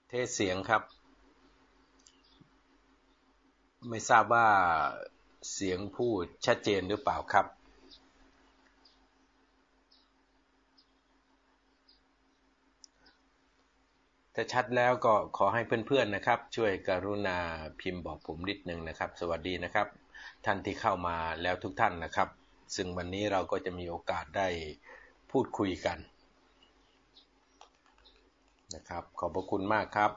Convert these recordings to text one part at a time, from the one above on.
เทสเสียงครับไม่ทราบว่าเสียงพูดชัดเจนหรือเปล่าครับถ้าชัดแล้วก็ขอให้เพื่อนๆนะครับช่วยกรุณาพิมพ์บอกผมนิดนึงนะครับสวัสดีนะครับท่านที่เข้ามาแล้วทุกท่านนะครับซึ่งวันนี้เราก็จะมีโอกาสได้พูดคุยกันนะครับขอบพระคุณมากครับ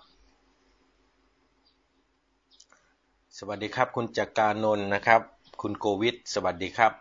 สวัสดีครับคุณจักรานนท์นะครับคุณโกวิทสวัสดีครับ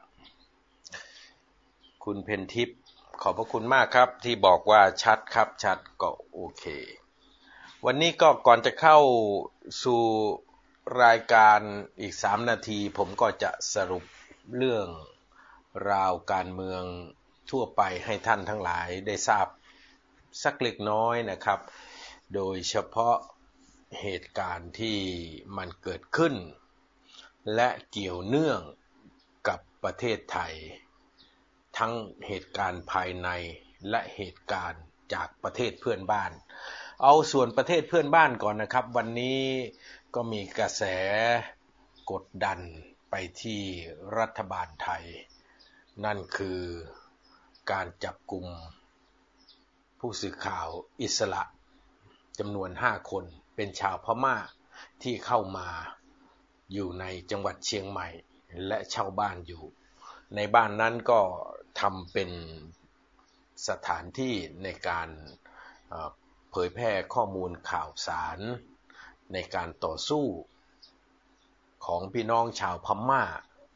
คุณเพนทิพย์ขอบพระคุณมากครับที่บอกว่าชัดครับชัดก็โอเควันนี้ก็ก่อนจะเข้าสู่รายการอีก3 นาทีผมก็จะสรุปเรื่องราวการเมืองทั่วไปให้ท่านทั้งหลายได้ทราบสักเล็กน้อยนะครับโดยเฉพาะเหตุการณ์ที่มันเกิดขึ้นและเกี่ยวเนื่องกับประเทศไทยทั้งเหตุการณ์ภายในและเหตุการณ์จากประเทศเพื่อนบ้านเอาส่วนประเทศเพื่อนบ้านก่อนนะครับวันนี้ก็มีกระแสกดดันไปที่รัฐบาลไทยนั่นคือการจับกุมผู้สื่อข่าวอิสระจำนวน5 คนเป็นชาวพม่าที่เข้ามาอยู่ในจังหวัดเชียงใหม่และเช่าบ้านอยู่ในบ้านนั้นก็ทำเป็นสถานที่ในการเผยแพร่ข้อมูลข่าวสารในการต่อสู้ของพี่น้องชาวพม่า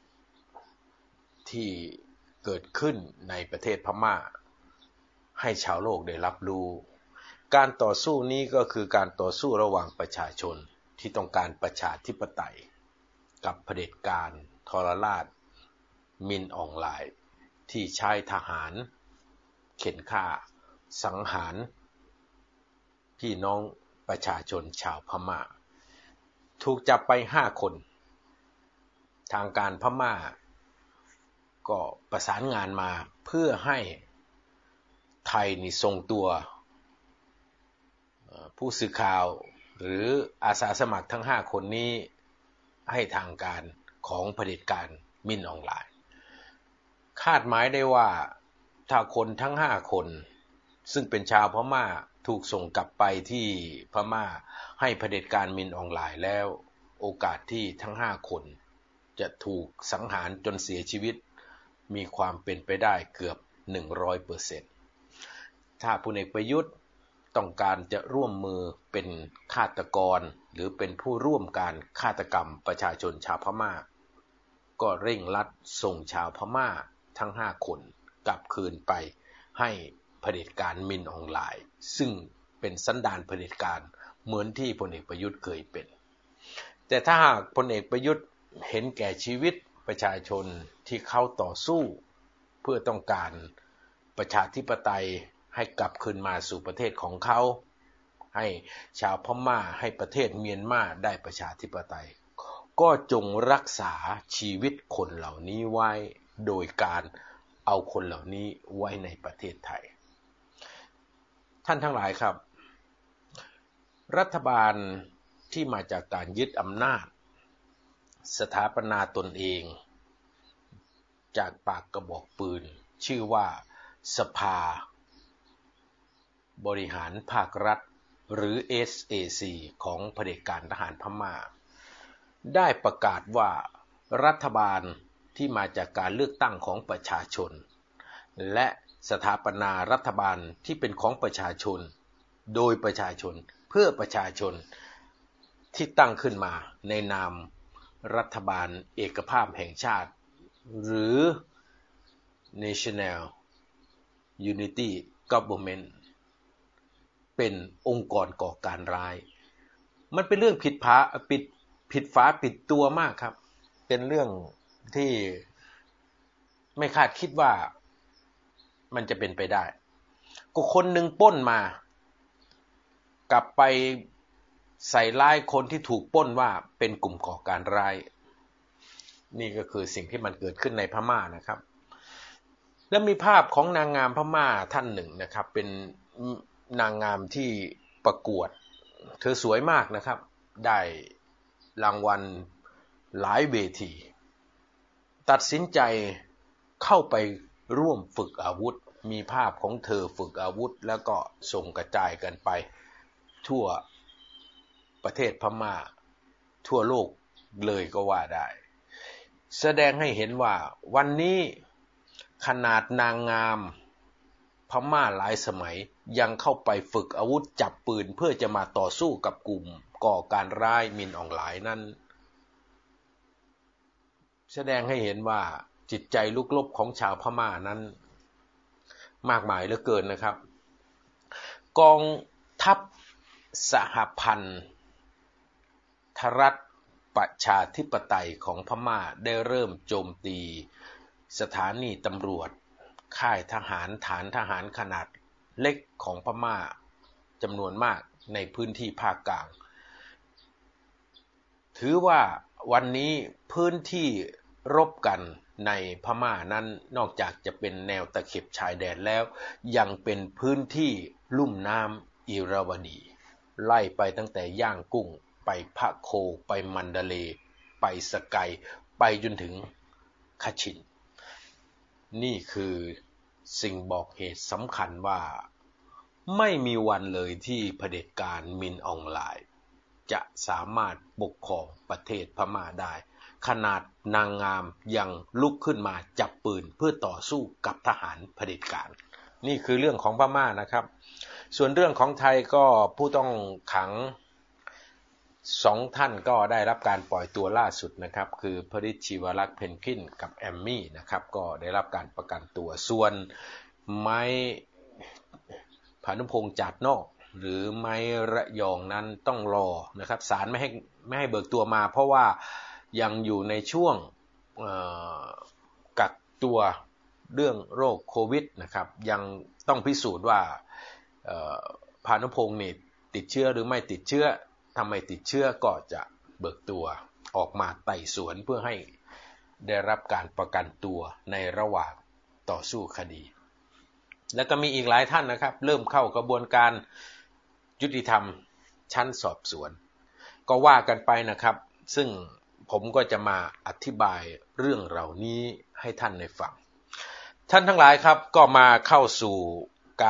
ที่เกิดขึ้นในประเทศพม่าให้ชาวโลกได้รับรู้การต่อสู้นี้ก็คือการต่อสู้ระหว่างประชาชนที่ต้องการประชาธิปไตยกับเผด็จการทรราชมินออนไลน์ที่ใช้ทหารเข็นฆ่าสังหารพี่น้องประชาชนชาวพม่าถูกจับไป5 คนทางการพม่าก็ประสานงานมาเพื่อให้ไทยนี่ส่งตัวผู้สื่อข่าวหรืออาสาสมัครทั้ง5 คนนี้ให้ทางการของเผด็จการมินออนไลน์คาดหมายได้ว่าถ้าคนทั้ง5 คนซึ่งเป็นชาวพม่าถูกส่งกลับไปที่พม่าให้เผด็จการมินออนไลน์แล้วโอกาสที่ทั้ง5 คนจะถูกสังหารจนเสียชีวิตมีความเป็นไปได้เกือบ 100%ถ้าพลเอกประยุทธ์ต้องการจะร่วมมือเป็นฆาตกรหรือเป็นผู้ร่วมการฆาตกรรมประชาชนชาวพม่าก็เร่งรัดส่งชาวพม่าทั้ง5 คนกลับคืนไปให้เผด็จการมินออนไลน์ซึ่งเป็นสันดานเผด็จการเหมือนที่พลเอกประยุทธ์เคยเป็นแต่ถ้าหากพลเอกประยุทธ์เห็นแก่ชีวิตประชาชนที่เขาต่อสู้เพื่อต้องการประชาธิปไตยให้กลับคืนมาสู่ประเทศของเขาให้ชาวพม่าให้ประเทศเมียนมาได้ประชาธิปไตยก็จงรักษาชีวิตคนเหล่านี้ไว้โดยการเอาคนเหล่านี้ไว้ในประเทศไทยท่านทั้งหลายครับรัฐบาลที่มาจากการยึดอำนาจสถาปนาตนเองจากปากกระบอกปืนชื่อว่าสภาบริหารภาครัฐหรือ SAC ของเผด็จการทหารพม่าได้ประกาศว่ารัฐบาลที่มาจากการเลือกตั้งของประชาชนและสถาปนารัฐบาลที่เป็นของประชาชนโดยประชาชนเพื่อประชาชนที่ตั้งขึ้นมาในนามรัฐบาลเอกภาพแห่งชาติหรือ National Unity Government เป็นองค์กรก่อการร้ายมันเป็นเรื่องผิดฝาปิดตัวมากครับเป็นเรื่องที่ไม่คาดคิดว่ามันจะเป็นไปได้ก็คนหนึ่งปล้นมากลับไปใส่ร้ายคนที่ถูกปล้นว่าเป็นกลุ่มก่อการร้ายนี่ก็คือสิ่งที่มันเกิดขึ้นในพม่านะครับและมีภาพของนางงามพม่าท่านหนึ่งนะครับเป็นนางงามที่ประกวดเธอสวยมากนะครับได้รางวัลหลายเวทีตัดสินใจเข้าไปร่วมฝึกอาวุธมีภาพของเธอฝึกอาวุธแล้วก็ส่งกระจายกันไปทั่วประเทศพม่าทั่วโลกเลยก็ว่าได้แสดงให้เห็นว่าวันนี้ขนาดนางงามพม่าหลายสมัยยังเข้าไปฝึกอาวุธจับปืนเพื่อจะมาต่อสู้กับกลุ่มก่อการร้ายมินออนไลน์นั้นแสดงให้เห็นว่าจิตใจลุกลบของชาวพม่านั้นมากมายเหลือเกินนะครับกองทัพสหพันธรัฐประชาธิปไตยของพม่าได้เริ่มโจมตีสถานีตำรวจค่ายทหารฐานทหารขนาดเล็กของพม่าจำนวนมากในพื้นที่ภาคกลางถือว่าวันนี้พื้นที่รบกันในพม่านั้นนอกจากจะเป็นแนวตะเข็บชายแดนแล้วยังเป็นพื้นที่ลุ่มน้ำอิระวดีไล่ไปตั้งแต่ย่างกุ้งไปพะโคไปมันดาเลย์ไปสไกไปจนถึงคาชินนี่คือสิ่งบอกเหตุสำคัญว่าไม่มีวันเลยที่เผด็จการมินออนไลน์จะสามารถปกครองประเทศพม่าได้ขนาดนางงามยังลุกขึ้นมาจับปืนเพื่อต่อสู้กับทหารเผด็จการนี่คือเรื่องของพม่านะครับส่วนเรื่องของไทยก็ผู้ต้องขัง2ท่านก็ได้รับการปล่อยตัวล่าสุดนะครับคือพริชชีวรักษ์เพนกวินกับแอมมี่นะครับก็ได้รับการประกันตัวส่วนไม้พานุพงษ์จาดนอกหรือไม้ระยองนั้นต้องรอนะครับศาลไม่ให้เบิกตัวมาเพราะว่ายังอยู่ในช่วงกักตัวเรื่องโรคโควิดนะครับยังต้องพิสูจน์ว่าพานุพงษ์นี่ติดเชื้อหรือไม่ติดเชื้อถ้าไม่ติดเชื้อก็จะเบิกตัวออกมาไต่สวนเพื่อให้ได้รับการประกันตัวในระหว่างต่อสู้คดีแล้วก็มีอีกหลายท่านนะครับเริ่มเข้ากระบวนการยุติธรรมชั้นสอบสวนก็ว่ากันไปนะครับซึ่งผมก็จะมาอธิบายเรื่องเหล่านี้ให้ท่านได้ฟังท่านทั้งหลายครับก็มาเข้าสู่การ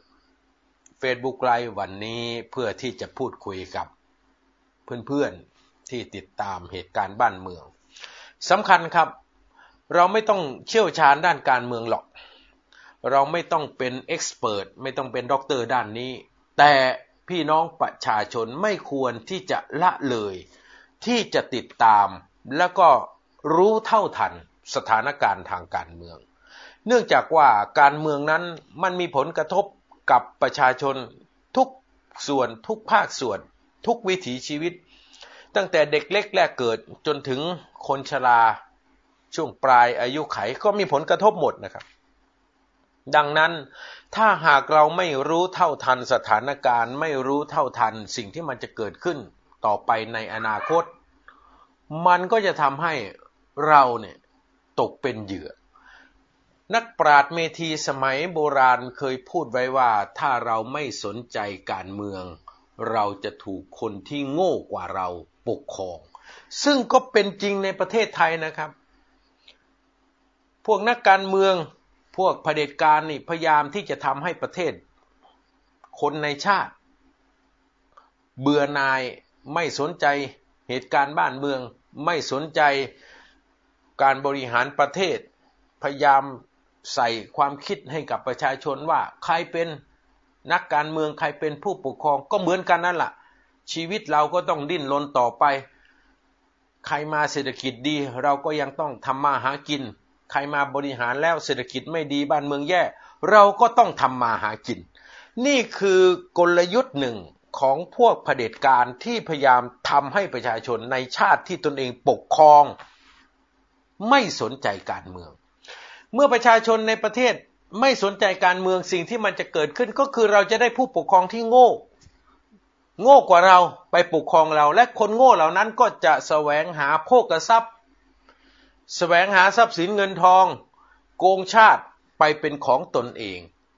Facebook Live วันนี้เพื่อที่จะพูดคุยกับเพื่อนๆที่ติดตามเหตุการณ์บ้านเมืองสำคัญครับเราไม่ต้องเชี่ยวชาญด้านการเมืองหรอกเราไม่ต้องเป็นเอ็กซ์เพิร์ทไม่ต้องเป็นด็อกเตอร์ด้านนี้แต่พี่น้องประชาชนไม่ควรที่จะละเลยที่จะติดตามแล้วก็รู้เท่าทันสถานการณ์ทางการเมืองเนื่องจากว่าการเมืองนั้นมันมีผลกระทบกับประชาชนทุกส่วนทุกภาคส่วนทุกวิถีชีวิตตั้งแต่เด็กเล็กแรกเกิดจนถึงคนชราช่วงปลายอายุไขก็มีผลกระทบหมดนะครับดังนั้นถ้าหากเราไม่รู้เท่าทันสถานการณ์ไม่รู้เท่าทันสิ่งที่มันจะเกิดขึ้นต่อไปในอนาคตมันก็จะทำให้เราเนี่ยตกเป็นเหยื่อนักปราชญ์เมธีสมัยโบราณเคยพูดไว้ว่าถ้าเราไม่สนใจการเมืองเราจะถูกคนที่โง่กว่าเราปกครองซึ่งก็เป็นจริงในประเทศไทยนะครับพวกนักการเมืองพวกเผด็จการนี่พยายามที่จะทำให้ประเทศคนในชาติเบื่อหน่ายไม่สนใจเหตุการณ์บ้านเมืองไม่สนใจการบริหารประเทศพยายามใส่ความคิดให้กับประชาชนว่าใครเป็นนักการเมืองใครเป็นผู้ปกครองก็เหมือนกันนั่นแหละชีวิตเราก็ต้องดิ้นรนต่อไปใครมาเศรษฐกิจดีเราก็ยังต้องทำมาหากินใครมาบริหารแล้วเศรษฐกิจไม่ดีบ้านเมืองแย่เราก็ต้องทำมาหากินนี่คือกลยุทธ์หนึ่งของพวกเผด็จการที่พยายามทำให้ประชาชนในชาติที่ตนเองปกครองไม่สนใจการเมืองเมื่อประชาชนในประเทศไม่สนใจการเมืองสิ่งที่มันจะเกิดขึ้นก็คือเราจะได้ผู้ปกครองที่โง่กว่าเราไปปกครองเราและคนโง่เหล่านั้นก็จะแสวงหาโภคทรัพย์แสวงหาทรัพย์สินเงินทองโกงชาติไปเป็นของตนเอง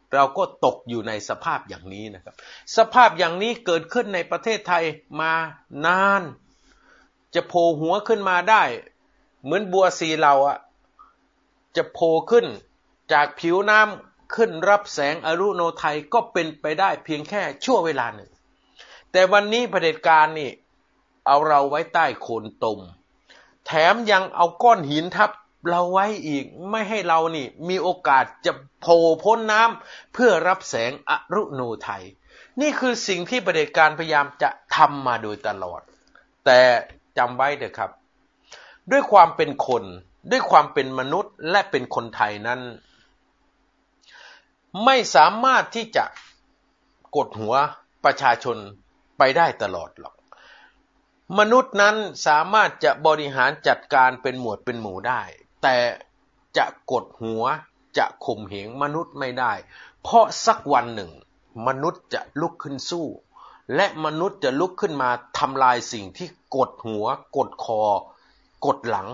เราก็ตกอยู่ในสภาพอย่างนี้นะครับสภาพอย่างนี้เกิดขึ้นในประเทศไทยมานานจะโผล่หัวขึ้นมาได้เหมือนบัวสีเหลาจะโผล่ขึ้นจากผิวน้ำขึ้นรับแสงอรุโนไทยก็เป็นไปได้เพียงแค่ชั่วเวลาหนึ่งแต่วันนี้เผด็จการนี่เอาเราไว้ใต้โคนตมแถมยังเอาก้อนหินทับเราไว้อีกไม่ให้เรานี่มีโอกาสจะโผล่พ้นน้ำเพื่อรับแสงอรุโนไทยนี่คือสิ่งที่เผด็จการพยายามจะทำมาโดยตลอดแต่จำไว้เถอะครับด้วยความเป็นคนด้วยความเป็นมนุษย์และเป็นคนไทยนั้นไม่สามารถที่จะกดหัวประชาชนไปได้ตลอดหรอกมนุษย์นั้นสามารถจะบริหารจัดการเป็นหมวดเป็นหมู่ได้แต่จะกดหัวจะข่มเหงมนุษย์ไม่ได้เพราะสักวันหนึ่งมนุษย์จะลุกขึ้นสู้และมนุษย์จะลุกขึ้นมาทำลายสิ่งที่กดหัวกดคอกดหลัง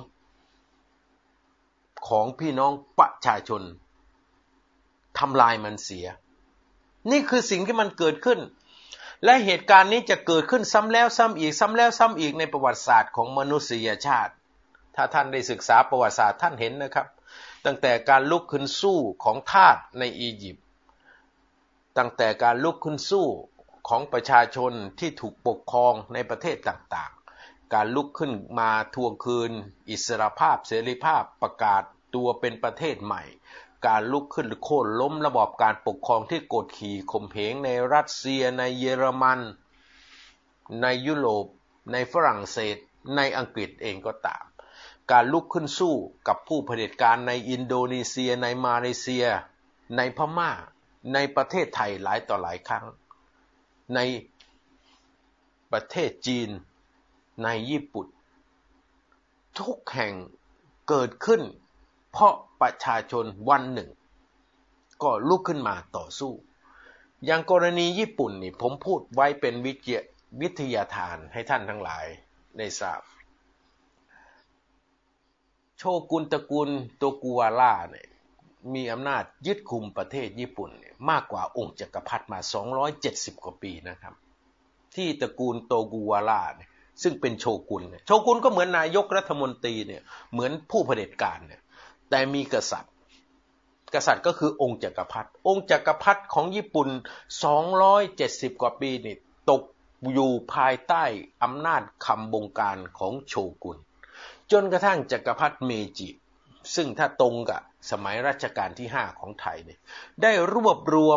ของพี่น้องประชาชนทำลายมันเสียนี่คือสิ่งที่มันเกิดขึ้นและเหตุการณ์นี้จะเกิดขึ้นซ้ำแล้วซ้ำอีกซ้ำแล้วซ้ำอีกในประวัติศาสตร์ของมนุษยชาติถ้าท่านได้ศึกษาประวัติศาสตร์ท่านเห็นนะครับตั้งแต่การลุกขึ้นสู้ของทาสในอียิปต์ตั้งแต่การลุกขึ้นสู้ของประชาชนที่ถูกปกครองในประเทศต่างๆการลุกขึ้นมาทวงคืนอิสรภาพเสรีภาพประกาศตัวเป็นประเทศใหม่การลุกขึ้นโค่นล้มระบอบการปกครองที่กดขี่ข่มเหงในรัสเซียในเยอรมันในยุโรปในฝรั่งเศสในอังกฤษเองก็ตามการลุกขึ้นสู้กับผู้เผด็จการในอินโดนีเซียในมาเลเซียในพม่าในประเทศไทยหลายต่อหลายครั้งในประเทศจีนในญี่ปุ่นทุกแห่งเกิดขึ้นเพราะประชาชนวันหนึ่งก็ลุกขึ้นมาต่อสู้อย่างกรณีญี่ปุ่นนี่ผมพูดไว้เป็นวิทยาทานให้ท่านทั้งหลายได้ทราบโชกุนตระกูลโตกุวาระเนี่ยมีอำนาจยึดคุมประเทศญี่ปุ่นมากกว่าองค์จักรพรรดิมา270กว่าปีนะครับที่ตระกูลโตกุวาระเนี่ยซึ่งเป็นโชกุนก็เหมือนนายกรัฐมนตรีเนี่ยเหมือนผู้เผด็จการเนี่ยแต่มีกษัตริย์ก็คือองค์จักรพรรดิของญี่ปุ่น270กว่าปีนี่ตกอยู่ภายใต้อำนาจคำบงการของโชกุนจนกระทั่งจักรพรรดิเมจิซึ่งถ้าตรงกับสมัยรัชกาลที่5ของไทยเนี่ยได้รวบรวม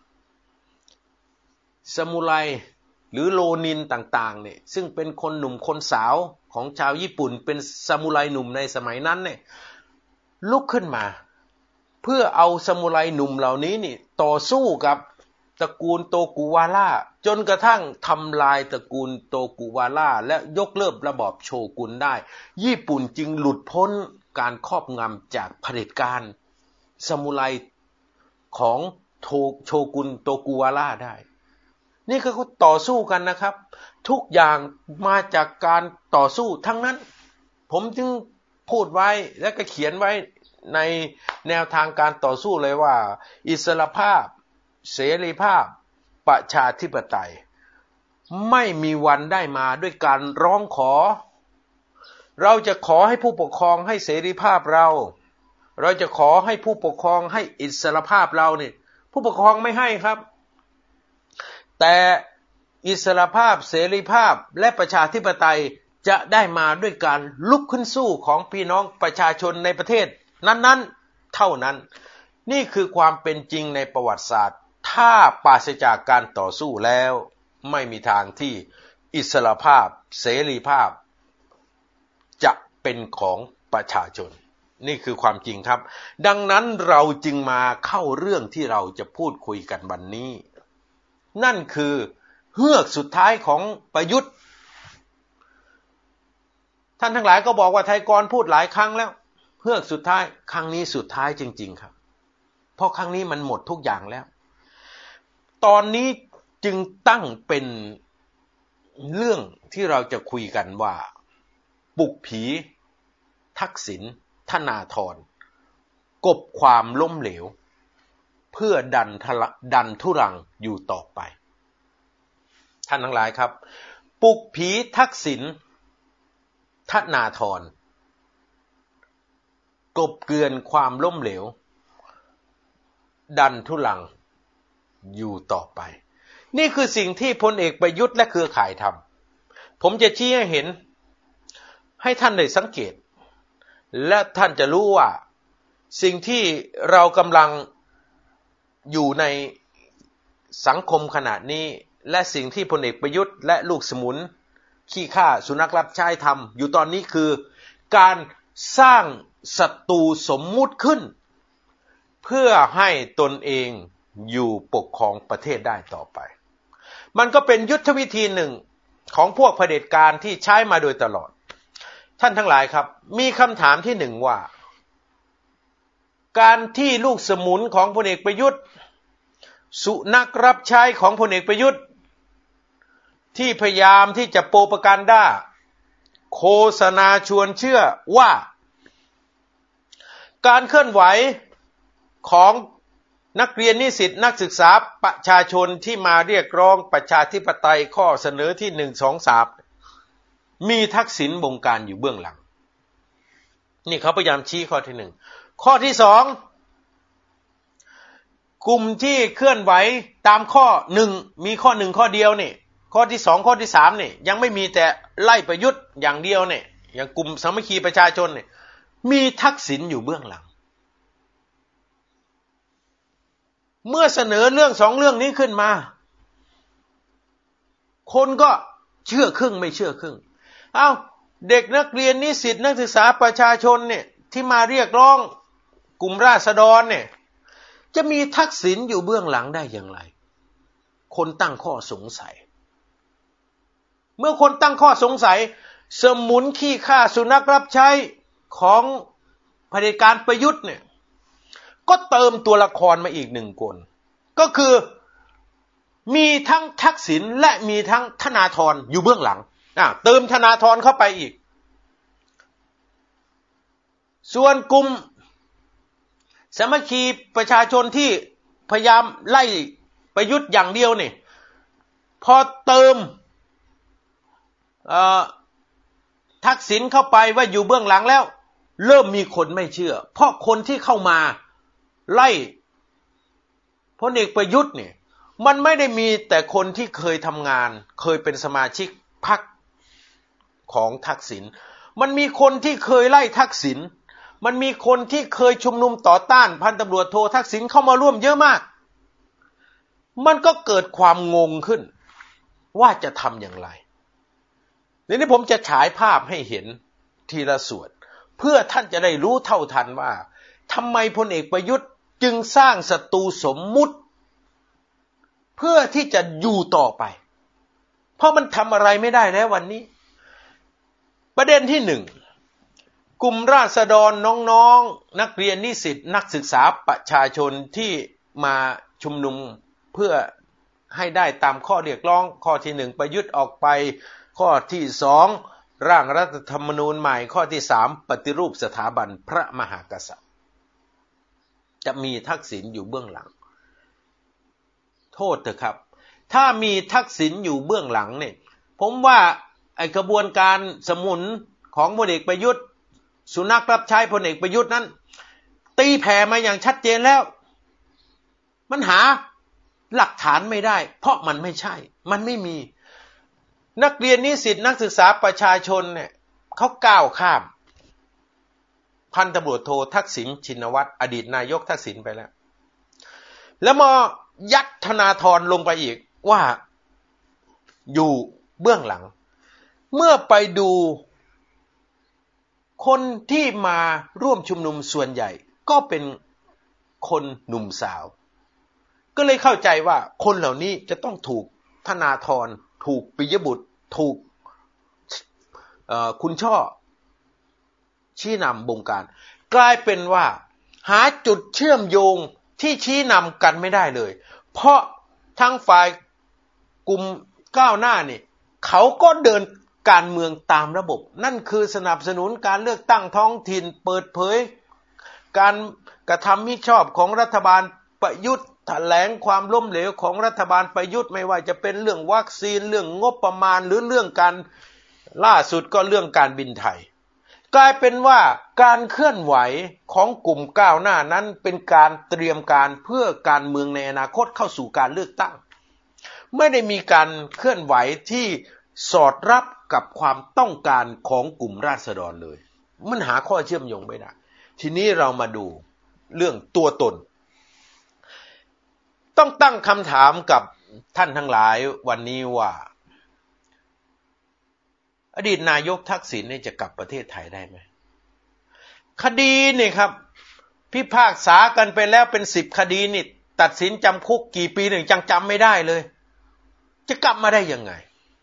ซามูไรหรือโรนินต่างๆเนี่ยซึ่งเป็นคนหนุ่มคนสาวของชาวญี่ปุ่นเป็นซามูไรหนุ่มในสมัยนั้นเนี่ยลุกขึ้นมาเพื่อเอาซามูไรหนุ่มเหล่านี้นี่ต่อสู้กับตระกูลโตกุวาระจนกระทั่งทำลายตระกูลโตกุวาระและยกเลิกระบอบโชกุนได้ญี่ปุ่นจึงหลุดพ้นการครอบงำจากเผด็จการซามูไรของโชกุนโตกุวาระได้นี่คือเขาต่อสู้กันนะครับทุกอย่างมาจากการต่อสู้ทั้งนั้นผมจึงพูดไว้และก็เขียนไว้ในแนวทางการต่อสู้เลยว่าอิสรภาพเสรีภาพประชาธิปไตยไม่มีวันได้มาด้วยการร้องขอเราจะขอให้ผู้ปกครองให้เสรีภาพเราจะขอให้ผู้ปกครองให้อิสรภาพเราเนี่ยผู้ปกครองไม่ให้ครับแต่อิสรภาพเสรีภาพและประชาธิปไตยจะได้มาด้วยการลุกขึ้นสู้ของพี่น้องประชาชนในประเทศนั้นๆเท่านั้นนี่คือความเป็นจริงในประวัติศาสตร์ถ้าปราศจากการต่อสู้แล้วไม่มีทางที่อิสรภาพเสรีภาพจะเป็นของประชาชนนี่คือความจริงครับดังนั้นเราจึงมาเข้าเรื่องที่เราจะพูดคุยกันวันนี้นั่นคือเฮือกสุดท้ายของประยุทธ์ท่านทั้งหลายก็บอกว่าไทยกรพูดหลายครั้งแล้วเฮือกสุดท้ายครั้งนี้สุดท้ายจริงๆครับเพราะครั้งนี้มันหมดทุกอย่างแล้วตอนนี้จึงตั้งเป็นเรื่องที่เราจะคุยกันว่าปลุกผีทักษิณธนาธรกบความล้มเหลวเพื่อดันทุรังอยู่ต่อไปท่านทั้งหลายครับปลุกผีทักษิณธนาธรกลบเกลื่อนความล้มเหลวดันทุรังอยู่ต่อไปนี่คือสิ่งที่พลเอกประยุทธ์และเครือข่ายทำผมจะชี้ให้เห็นให้ท่านได้สังเกตและท่านจะรู้ว่าสิ่งที่เรากำลังอยู่ในสังคมขณะนี้และสิ่งที่พลเอกประยุทธ์และลูกสมุนขี้ข้าสุนัขรับใช้ทำอยู่ตอนนี้คือการสร้างศัตรูสมมุติขึ้นเพื่อให้ตนเองอยู่ปกครองประเทศได้ต่อไปมันก็เป็นยุทธวิธีหนึ่งของพวกเผด็จการที่ใช้มาโดยตลอดท่านทั้งหลายครับมีคำถามที่หนึ่งว่าการที่ลูกสมุนของพลเอกประยุทธ์สุนัขรับใช้ของพลเอกประยุทธ์ที่พยายามที่จะโปรปากันดาโฆษณาชวนเชื่อว่าการเคลื่อนไหวของนักเรียนนิสิตนักศึกษาประชาชนที่มาเรียกร้องประชาธิปไตยข้อเสนอที่1 2 3มีทักษิณบงการอยู่เบื้องหลังนี่เขาพยายามชี้ข้อที่1ข้อที่2กลุ่มที่เคลื่อนไหวตามข้อ1มีข้อ1ข้อเดียวนี่ข้อที่2ข้อที่3นี่ยังไม่มีแต่ไล่ประยุทธ์อย่างเดียวนี่อย่างกลุ่มสามัคคีประชาชนนี่มีทักษิณอยู่เบื้องหลังเมื่อเสนอเรื่อง2เรื่องนี้ขึ้นมาคนก็เชื่อครึ่งไม่เชื่อครึ่งเด็กนักเรียนนิสิตนักศึกษาประชาชนเนี่ยที่มาเรียกร้องกลุ่มราษฎรเนี่ยจะมีทักษิณอยู่เบื้องหลังได้อย่างไรคนตั้งข้อสงสัยเมื่อคนตั้งข้อสงสัยสมุนขี้ข้าสุนัขรับใช้ของเผด็จการประยุทธ์เนี่ยก็เติมตัวละครมาอีก1คนก็คือมีทั้งทักษิณและมีทั้งธนาธรอยู่เบื้องหลังเติมธนาธรเข้าไปอีกส่วนกลุ่มสามัคคีประชาชนที่พยายามไล่ประยุทธ์อย่างเดียวนี่พอเติมทักษิณเข้าไปว่าอยู่เบื้องหลังแล้วเริ่มมีคนไม่เชื่อเพราะคนที่เข้ามาไล่พลเอกประยุทธ์เนี่ยมันไม่ได้มีแต่คนที่เคยทำงานเคยเป็นสมาชิกพรรคของทักษิณมันมีคนที่เคยไล่ทักษิณมันมีคนที่เคยชุมนุมต่อต้านพันตำรวจโททักษิณเข้ามาร่วมเยอะมากมันก็เกิดความงงขึ้นว่าจะทำอย่างไรเดี๋ยวนี้ผมจะฉายภาพให้เห็นทีละส่วนเพื่อท่านจะได้รู้เท่าทันว่าทำไมพลเอกประยุทธ์จึงสร้างศัตรูสมมุติเพื่อที่จะอยู่ต่อไปเพราะมันทำอะไรไม่ได้แล้ววันนี้ประเด็นที่1กลุ่มราษฎรน้องๆนักเรียนนิสิตนักศึกษาประชาชนที่มาชุมนุมเพื่อให้ได้ตามข้อเรียกร้องข้อที่1ประยุทธ์ออกไปข้อที่2ร่างรัฐธรรมนูญใหม่ข้อที่3ปฏิรูปสถาบันพระมหากษัตริย์จะมีทักษิณอยู่เบื้องหลังโทษเถอะครับถ้ามีทักษิณอยู่เบื้องหลังเนี่ยผมว่าไอ้กระบวนการสมุนของพลเอกประยุทธ์สุนัขรับใช้พลเอกประยุทธ์นั้นตีแผ่มาอย่างชัดเจนแล้วมันหาหลักฐานไม่ได้เพราะมันไม่ใช่มันไม่มีนักเรียนนิสิตนักศึกษาประชาชนเนี่ยเขาก้าวข้ามพันตำรวจโททักษิณชินวัตรอดีตนายกทักษิณไปแล้วมายัดธนาธรลงไปอีกว่าอยู่เบื้องหลังเมื่อไปดูคนที่มาร่วมชุมนุมส่วนใหญ่ก็เป็นคนหนุ่มสาวก็เลยเข้าใจว่าคนเหล่านี้จะต้องถูกธนาธรถูกปิยบุตรถูกคุณช่อชี้นำบงการกลายเป็นว่าหาจุดเชื่อมโยงที่ชี้นำกันไม่ได้เลยเพราะทั้งฝ่ายกลุ่มก้าวหน้านี่เขาก็เดินการเมืองตามระบบนั่นคือสนับสนุนการเลือกตั้งท้องถิ่นเปิดเผยการกระทำมิชอบของรัฐบาลประยุทธ์แถลงความล้มเหลวของรัฐบาลประยุทธ์ไม่ว่าจะเป็นเรื่องวัคซีนเรื่องงบประมาณหรือเรื่องการล่าสุดก็เรื่องการบินไทยกลายเป็นว่าการเคลื่อนไหวของกลุ่มก้าวหน้านั้นเป็นการเตรียมการเพื่อการเมืองในอนาคตเข้าสู่การเลือกตั้งไม่ได้มีการเคลื่อนไหวที่สอดรับกับความต้องการของกลุ่มราษฎรเลยมันหาข้อเชื่อมโยงไม่ได้ทีนี้เรามาดูเรื่องตัวตนต้องตั้งคำถามกับท่านทั้งหลายวันนี้ว่าอดีตนายกทักษิณจะกลับประเทศไทยได้ไหมคดีนี่ครับพิพากษากันไปแล้วเป็น10 คดีนี่ตัดสินจำคุกกี่ปีหนึ่งจังจำไม่ได้เลยจะกลับมาได้ยังไง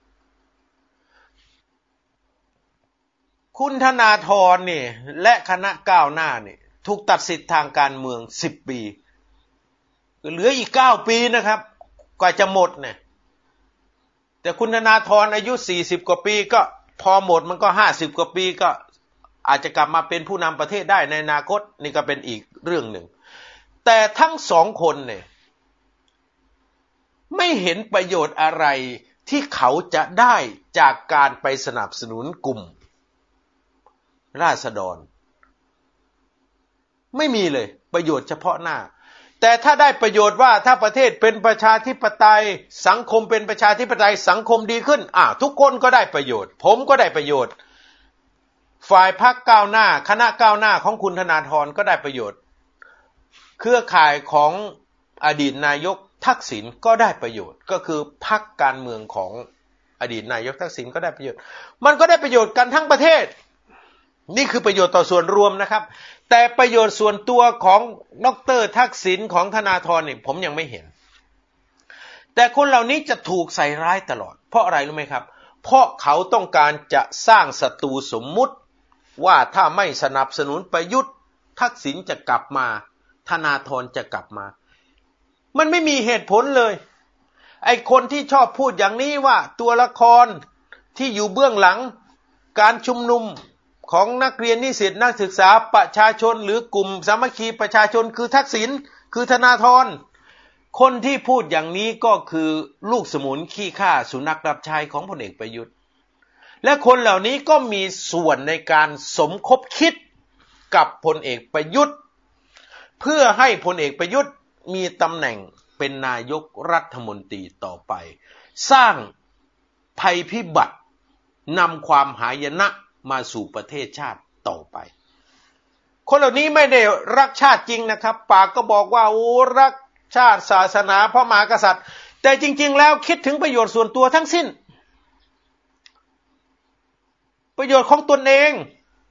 คุณธนาธรนี่และคณะก้าวหน้านี่ถูกตัดสิทธิ์ทางการเมือง10 ปีเหลืออีก9 ปีนะครับกว่าจะหมดเนี่ยแต่คุณธนาธรอายุ40 กว่าปีก็พอหมดมันก็50 กว่าปีก็อาจจะกลับมาเป็นผู้นำประเทศได้ในอนาคตนี่ก็เป็นอีกเรื่องหนึ่งแต่ทั้งสองคนเนี่ยไม่เห็นประโยชน์อะไรที่เขาจะได้จากการไปสนับสนุนกลุ่มราษฎรไม่มีเลยประโยชน์เฉพาะหน้าแต่ถ้าได้ประโยชน์ว่าถ้าประเทศเป็นประชาธิปไตยสังคมเป็นประชาธิปไตยสังคมดีขึ้นทุกคนก็ได้ประโยชน์ผมก็ได้ประโยชน์ฝ่ายพรรคก้าวหน้าคณะก้าวหน้าของคุณธนาธรก็ได้ประโยชน์เครือข่ายของอดีตนายกทักษิณก็ได้ประโยชน์ก็คือพรรคการเมืองของอดีตนายกทักษิณก็ได้ประโยชน์มันก็ได้ประโยชน์กันทั้งประเทศนี่คือประโยชน์ต่อส่วนรวมนะครับแต่ประโยชน์ส่วนตัวของดร.ทักษิณของธนาธรนี่ผมยังไม่เห็นแต่คนเหล่านี้จะถูกใส่ร้ายตลอดเพราะอะไรรู้ไหมครับเพราะเขาต้องการจะสร้างศัตรูสมมุติว่าถ้าไม่สนับสนุนประยุทธ์ทักษิณจะกลับมาธนาธรจะกลับมามันไม่มีเหตุผลเลยไอ้คนที่ชอบพูดอย่างนี้ว่าตัวละครที่อยู่เบื้องหลังการชุมนุมของนักเรียนนิสิตนักศึกษาประชาชนหรือกลุ่มสามัคคีประชาชนคือทักษิณคือธนาธรคนที่พูดอย่างนี้ก็คือลูกสมุนขี้ข้าสุนัขรับใช้ของพลเอกประยุทธ์และคนเหล่านี้ก็มีส่วนในการสมคบคิดกับพลเอกประยุทธ์เพื่อให้พลเอกประยุทธ์มีตำแหน่งเป็นนายกรัฐมนตรีต่อไปสร้างภัยพิบัตินำความหายนะมาสู่ประเทศชาติต่อไปคนเหล่านี้ไม่ได้รักชาติจริงนะครับปากก็บอกว่าโอ้รักชาติศาสนาพระมหากษัตริย์แต่จริงๆแล้วคิดถึงประโยชน์ส่วนตัวทั้งสิ้นประโยชน์ของตนเอง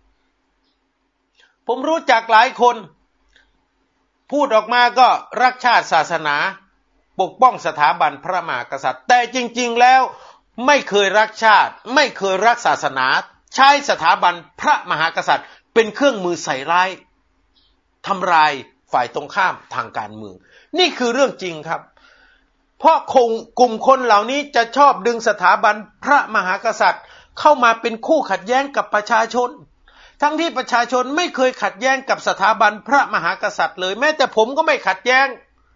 ผมรู้จักหลายคนพูดออกมาก็รักชาติศาสนาปกป้องสถาบันพระมหากษัตริย์แต่จริงๆแล้วไม่เคยรักชาติไม่เคยรักศาสนาใช้สถาบันพระมหากษัตริย์เป็นเครื่องมือใส่ร้ายทำลายฝ่ายตรงข้ามทางการเมืองนี่คือเรื่องจริงครับเพราะกลุ่มคนเหล่านี้จะชอบดึงสถาบันพระมหากษัตริย์เข้ามาเป็นคู่ขัดแย้งกับประชาชนทั้งที่ประชาชนไม่เคยขัดแย้งกับสถาบันพระมหากษัตริย์เลยแม้แต่ผมก็ไม่ขัดแย้ง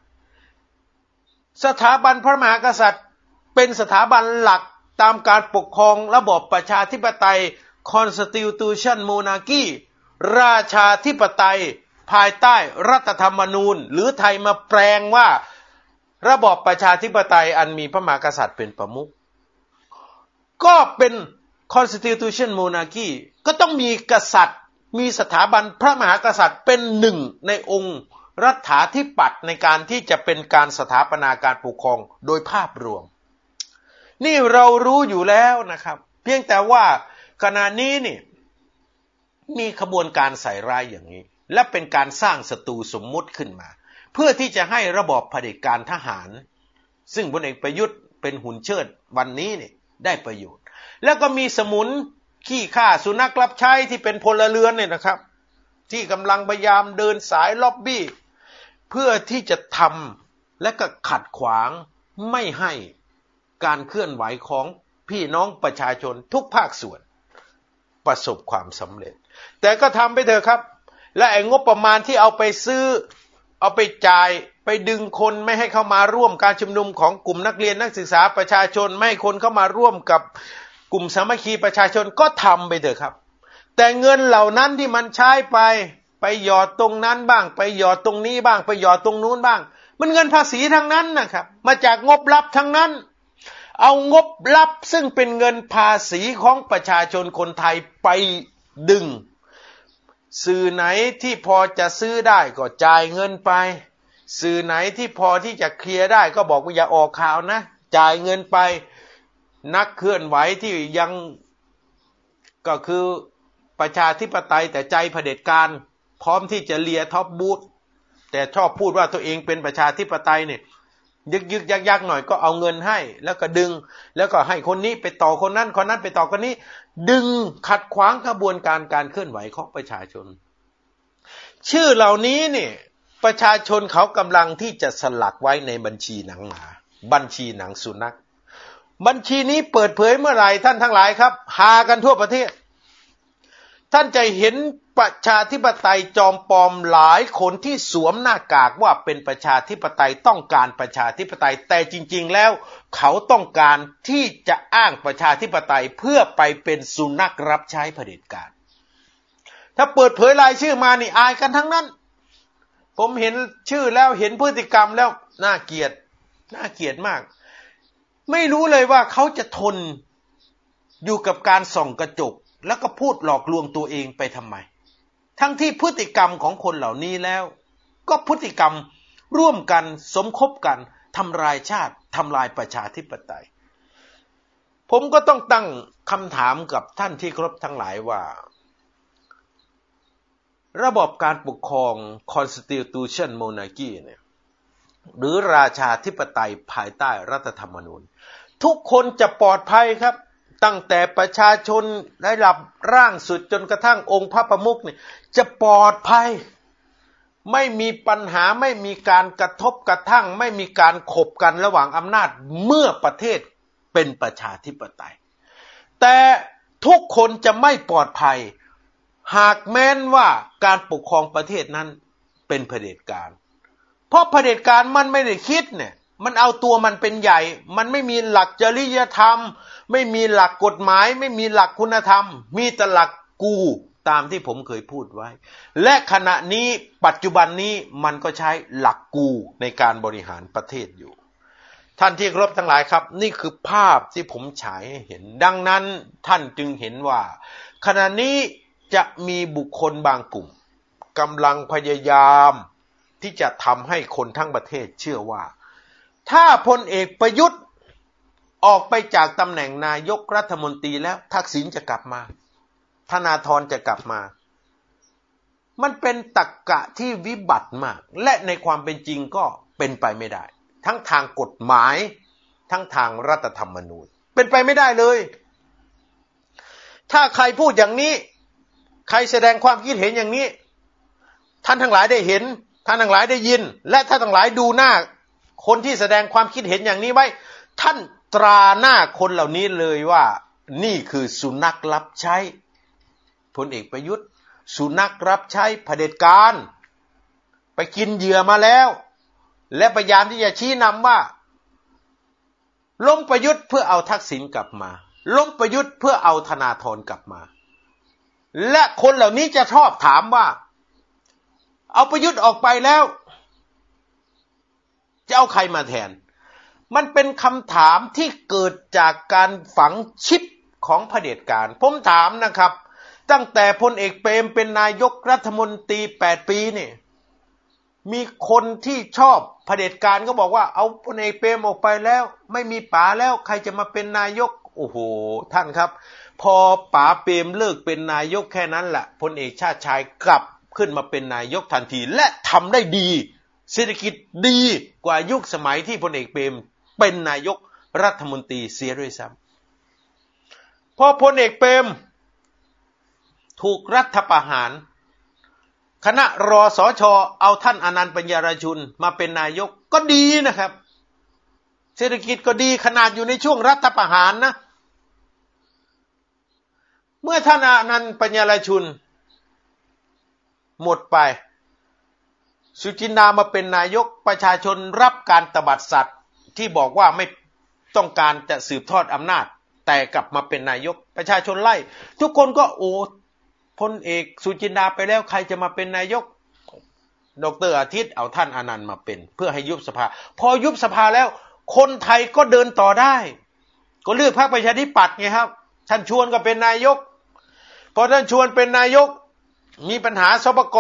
สถาบันพระมหากษัตริย์เป็นสถาบันหลักตามการปกครองระบอบประชาธิปไตย Constitution Monarchy ราชาธิปไตยภายใต้รัฐธรรมนูญหรือไทยมาแปลงว่าระบอบประชาธิปไตยอันมีพระมหากษัตริย์เป็นประมุขก็เป็น Constitution Monarchy ก็ต้องมีกษัตริย์มีสถาบันพระมหากษัตริย์เป็นหนึ่งในองค์รัฐาธิปัตย์ในการที่จะเป็นการสถาปนาการปกครองโดยภาพรวมนี่เรารู้อยู่แล้วนะครับเพียงแต่ว่าขณะนี้นี่มีขบวนการใส่ร้ายอย่างนี้และเป็นการสร้างศัตรูสมมุติขึ้นมาเพื่อที่จะให้ระบอบเผด็จการทหารซึ่งพลเอกประยุทธ์เป็นหุ่นเชิดวันนี้นี่ได้ประโยชน์แล้วก็มีสมุนขี้ข้าสุนัขรับใช้ที่เป็นพลเรือนเนี่ยนะครับที่กำลังพยายามเดินสายล็อบบี้เพื่อที่จะทำและก็ขัดขวางไม่ให้การเคลื่อนไหวของพี่น้องประชาชนทุกภาคส่วนประสบความสำเร็จแต่ก็ทำไปเถอะครับและไอ้งบประมาณที่เอาไปซื้อเอาไปจ่ายไปดึงคนไม่ให้เข้ามาร่วมการชุมนุมของกลุ่มนักเรียนนักศึกษาประชาชนไม่ให้คนเข้ามาร่วมกับกลุ่มสามัคคีประชาชนก็ทำไปเถอะครับแต่เงินเหล่านั้นที่มันใช้ไปหยอดตรงนั้นบ้างไปหยอดตรงนี้บ้างไปหยอดตรงนู้นบ้างมันเงินภาษีทั้งนั้นนะครับมาจากงบลับทั้งนั้นเอางบลับซึ่งเป็นเงินภาษีของประชาชนคนไทยไปดึงสื่อไหนที่พอจะซื้อได้ก็จ่ายเงินไปสื่อไหนที่พอที่จะเคลียร์ได้ก็บอกว่าอย่าออกข่าวนะจ่ายเงินไปนักเคลื่อนไหวที่ยังก็คือประชาธิปไตยแต่ใจเผด็จการพร้อมที่จะเลียท็อปบูทแต่ชอบพูดว่าตัวเองเป็นประชาธิปไตยเนี่ยยึกยักหน่อยก็เอาเงินให้แล้วก็ดึงแล้วก็ให้คนนี้ไปต่อคนนั้นคนนั้นไปต่อคนนี้ดึงขัดขวางกระบวนการการเคลื่อนไหวของประชาชนชื่อเหล่านี้เนี่ยประชาชนเขากำลังที่จะสลักไว้ในบัญชีหนังหมาบัญชีหนังสุนัขบัญชีนี้เปิดเผยเมื่อไหร่ท่านทั้งหลายครับหากันทั่วประเทศท่านจะเห็นประชาธิปไตยจอมปลอมหลายคนที่สวมหน้ากากว่าเป็นประชาธิปไตยต้องการประชาธิปไตยแต่จริงๆแล้วเขาต้องการที่จะอ้างประชาธิปไตยเพื่อไปเป็นสุนัขรับใช้เผด็จการถ้าเปิดเผยรายชื่อมานี่อายกันทั้งนั้นผมเห็นชื่อแล้วเห็นพฤติกรรมแล้วน่าเกลียดมากไม่รู้เลยว่าเขาจะทนอยู่กับการส่องกระจกแล้วก็พูดหลอกลวงตัวเองไปทำไมทั้งที่พฤติกรรมของคนเหล่านี้แล้วก็พฤติกรรมร่วมกันสมคบกันทำลายชาติทำลายประชาธิปไตยผมก็ต้องตั้งคำถามกับท่านที่เคารพทั้งหลายว่าระบบการปกครอง Constitution Monarchy เนี่ยหรือราชาธิปไตยภายใต้รัฐธรรมนูญทุกคนจะปลอดภัยครับตั้งแต่ประชาชนระดับร่างสุดจนกระทั่งองค์พระประมุขเนี่ยจะปลอดภัยไม่มีปัญหาไม่มีการกระทบกระทั่งไม่มีการขบกันระหว่างอำนาจเมื่อประเทศเป็นประชาธิปไตยแต่ทุกคนจะไม่ปลอดภัยหากแม้นว่าการปกครองประเทศนั้นเป็นเผด็จการเพราะเผด็จการมันไม่ได้คิดเนี่ยมันเอาตัวมันเป็นใหญ่มันไม่มีหลักจริยธรรมไม่มีหลักกฎหมายไม่มีหลักคุณธรรมมีแต่หลักกูตามที่ผมเคยพูดไว้และขณะนี้ปัจจุบันนี้มันก็ใช้หลักกูในการบริหารประเทศอยู่ท่านที่เคารพทั้งหลายครับนี่คือภาพที่ผมฉายให้เห็นดังนั้นท่านจึงเห็นว่าขณะนี้จะมีบุคคลบางกลุ่มกำลังพยายามที่จะทำให้คนทั้งประเทศเชื่อว่าถ้าพลเอกประยุทธ์ออกไปจากตำแหน่งนายกรัฐมนตรีแล้วทักษิณจะกลับมาธนาธรจะกลับมามันเป็นตรรกะที่วิบัติมากและในความเป็นจริงก็เป็นไปไม่ได้ทั้งทางกฎหมายทั้งทางรัฐธรรมนูญเป็นไปไม่ได้เลยถ้าใครพูดอย่างนี้ใครแสดงความคิดเห็นอย่างนี้ท่านทั้งหลายได้เห็นท่านทั้งหลายได้ยินและท่านทั้งหลายดูหน้าคนที่แสดงความคิดเห็นอย่างนี้ไว้ท่านตราหน้าคนเหล่านี้เลยว่านี่คือสุนัขรับใช้พลเอกประยุทธ์สุนัขรับใช้เผด็จการไปกินเหยื่อมาแล้วและพยายามที่จะชี้นำว่าล้มประยุทธ์เพื่อเอาทักษิณกลับมาล้มประยุทธ์เพื่อเอาธนาธรกลับมาและคนเหล่านี้จะชอบถามว่าเอาประยุทธ์ออกไปแล้วจะเอาใครมาแทนมันเป็นคำถามที่เกิดจากการฝังชิปของเผด็จการผมถามนะครับตั้งแต่พลเอกเปรมเป็นนายกรัฐมนตรี8 ปีนี่มีคนที่ชอบเผด็จการก็บอกว่าเอาพลเอกเปรมออกไปแล้วไม่มีป๋าแล้วใครจะมาเป็นนายกโอ้โหท่านครับพอป๋าเปรมเลิกเป็นนายกแค่นั้นแหละพลเอกชาติชายกลับขึ้นมาเป็นนายกทันทีและทำได้ดีเศรษฐกิจดีกว่ายุคสมัยที่พลเอกเปรมเป็นนายกรัฐมนตรีเสียด้วยซ้ำพอพลเอกเปรมถูกรัฐประหารคณะรสช.เอาท่านอนันต์ปัญญารชุนมาเป็นนายกก็ดีนะครับเศรษฐกิจก็ดีขนาดอยู่ในช่วงรัฐประหารนะเมื่อท่านอนันต์ปัญญารชุนหมดไปสุจินดามาเป็นนายกประชาชนรับการตบัดสัตว์ที่บอกว่าไม่ต้องการจะสืบทอดอำนาจแต่กลับมาเป็นนายกประชาชนไล่ทุกคนก็โอ้พลเอกสุจินดาไปแล้วใครจะมาเป็นนายกดร.อาทิตย์เอาท่านอนันต์มาเป็นเพื่อให้ยุบสภาพอยุบสภาแล้วคนไทยก็เดินต่อได้ก็เลือกพรรคประชาธิปัตย์ไงครับท่านชวนก็เป็นนายกพอท่านชวนเป็นนายกมีปัญหาสปก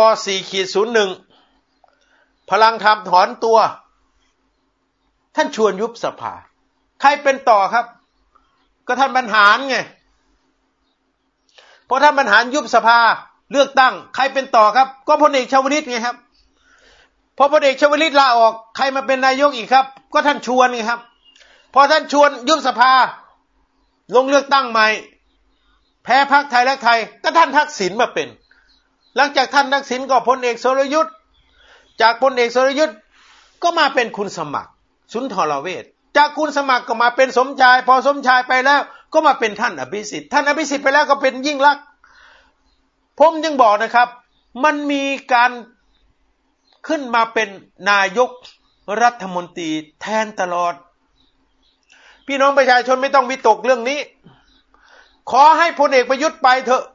4-01พลังธรรมถอนตัวท่านชวนยุบสภาใครเป็นต่อครับก็ท่านบรรหารไงพอท่านบรรหารยุบสภาเลือกตั้งใครเป็นต่อครับก็พลเอกชวลิตไงครับพอพลเอกชวลิตลาออกใครมาเป็นนายกอีกครับก็ท่านชวนไงครับพอท่านชวนยุบสภาลงเลือกตั้งใหม่แพ้พรรคไทยรักไทยก็ท่านทักษิณมาเป็นหลังจากท่านทักษิณก็พลเอกสรยุทธจากพลเอกสรยุทธก็มาเป็นคุณสมัครสุนทรเวชจากคุณสมัครก็มาเป็นสมชายพอสมชายไปแล้วก็มาเป็นท่านอภิสิทธิ์ท่านอภิสิทธิ์ไปแล้วก็เป็นยิ่งลักษณ์ผมยังบอกนะครับมันมีการขึ้นมาเป็นนายกรัฐมนตรีแทนตลอดพี่น้องประชาชนไม่ต้องวิตกเรื่องนี้ขอให้พลเอกประยุทธ์ไปเถอะ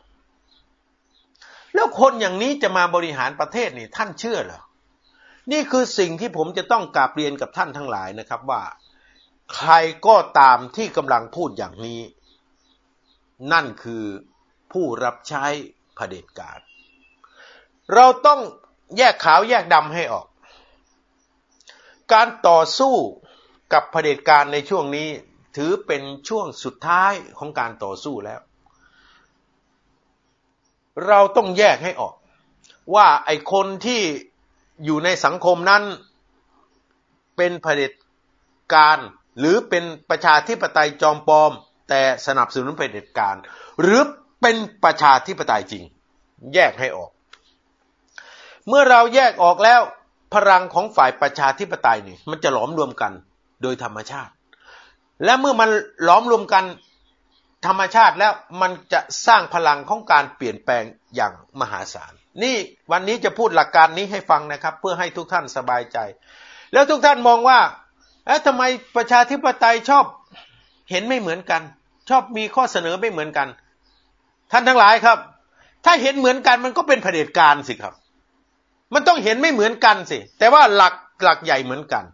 แล้วคนอย่างนี้จะมาบริหารประเทศนี่ท่านเชื่อเหรอนี่คือสิ่งที่ผมจะต้องกราบเรียนกับท่านทั้งหลายนะครับว่าใครก็ตามที่กำลังพูดอย่างนี้นั่นคือผู้รับใช้เผด็จการเราต้องแยกขาวแยกดำให้ออกการต่อสู้กับเผด็จการในช่วงนี้ถือเป็นช่วงสุดท้ายของการต่อสู้แล้วเราต้องแยกให้ออกว่าไอ้คนที่อยู่ในสังคมนั้นเป็นเผด็จการหรือเป็นประชาธิปไตยจอมปลอมแต่สนับสนุนเผด็จการหรือเป็นประชาธิปไตยจริงแยกให้ออกเมื่อเราแยกออกแล้วพลังของฝ่ายประชาธิปไตยนี่มันจะหลอมรวมกันโดยธรรมชาติและเมื่อมันหลอมรวมกันธรรมชาติแล้วมันจะสร้างพลังของการเปลี่ยนแปลงอย่างมหาศาลนี่วันนี้จะพูดหลักการนี้ให้ฟังนะครับเพื่อให้ทุกท่านสบายใจแล้วทุกท่านมองว่าทำไมประชาธิปไตยชอบเห็นไม่เหมือนกันชอบมีข้อเสนอไม่เหมือนกันท่านทั้งหลายครับถ้าเห็นเหมือนกันมันก็เป็นเผด็จการสิครับมันต้องเห็นไม่เหมือนกันสิแต่ว่าหลักใหญ่เหมือนกัน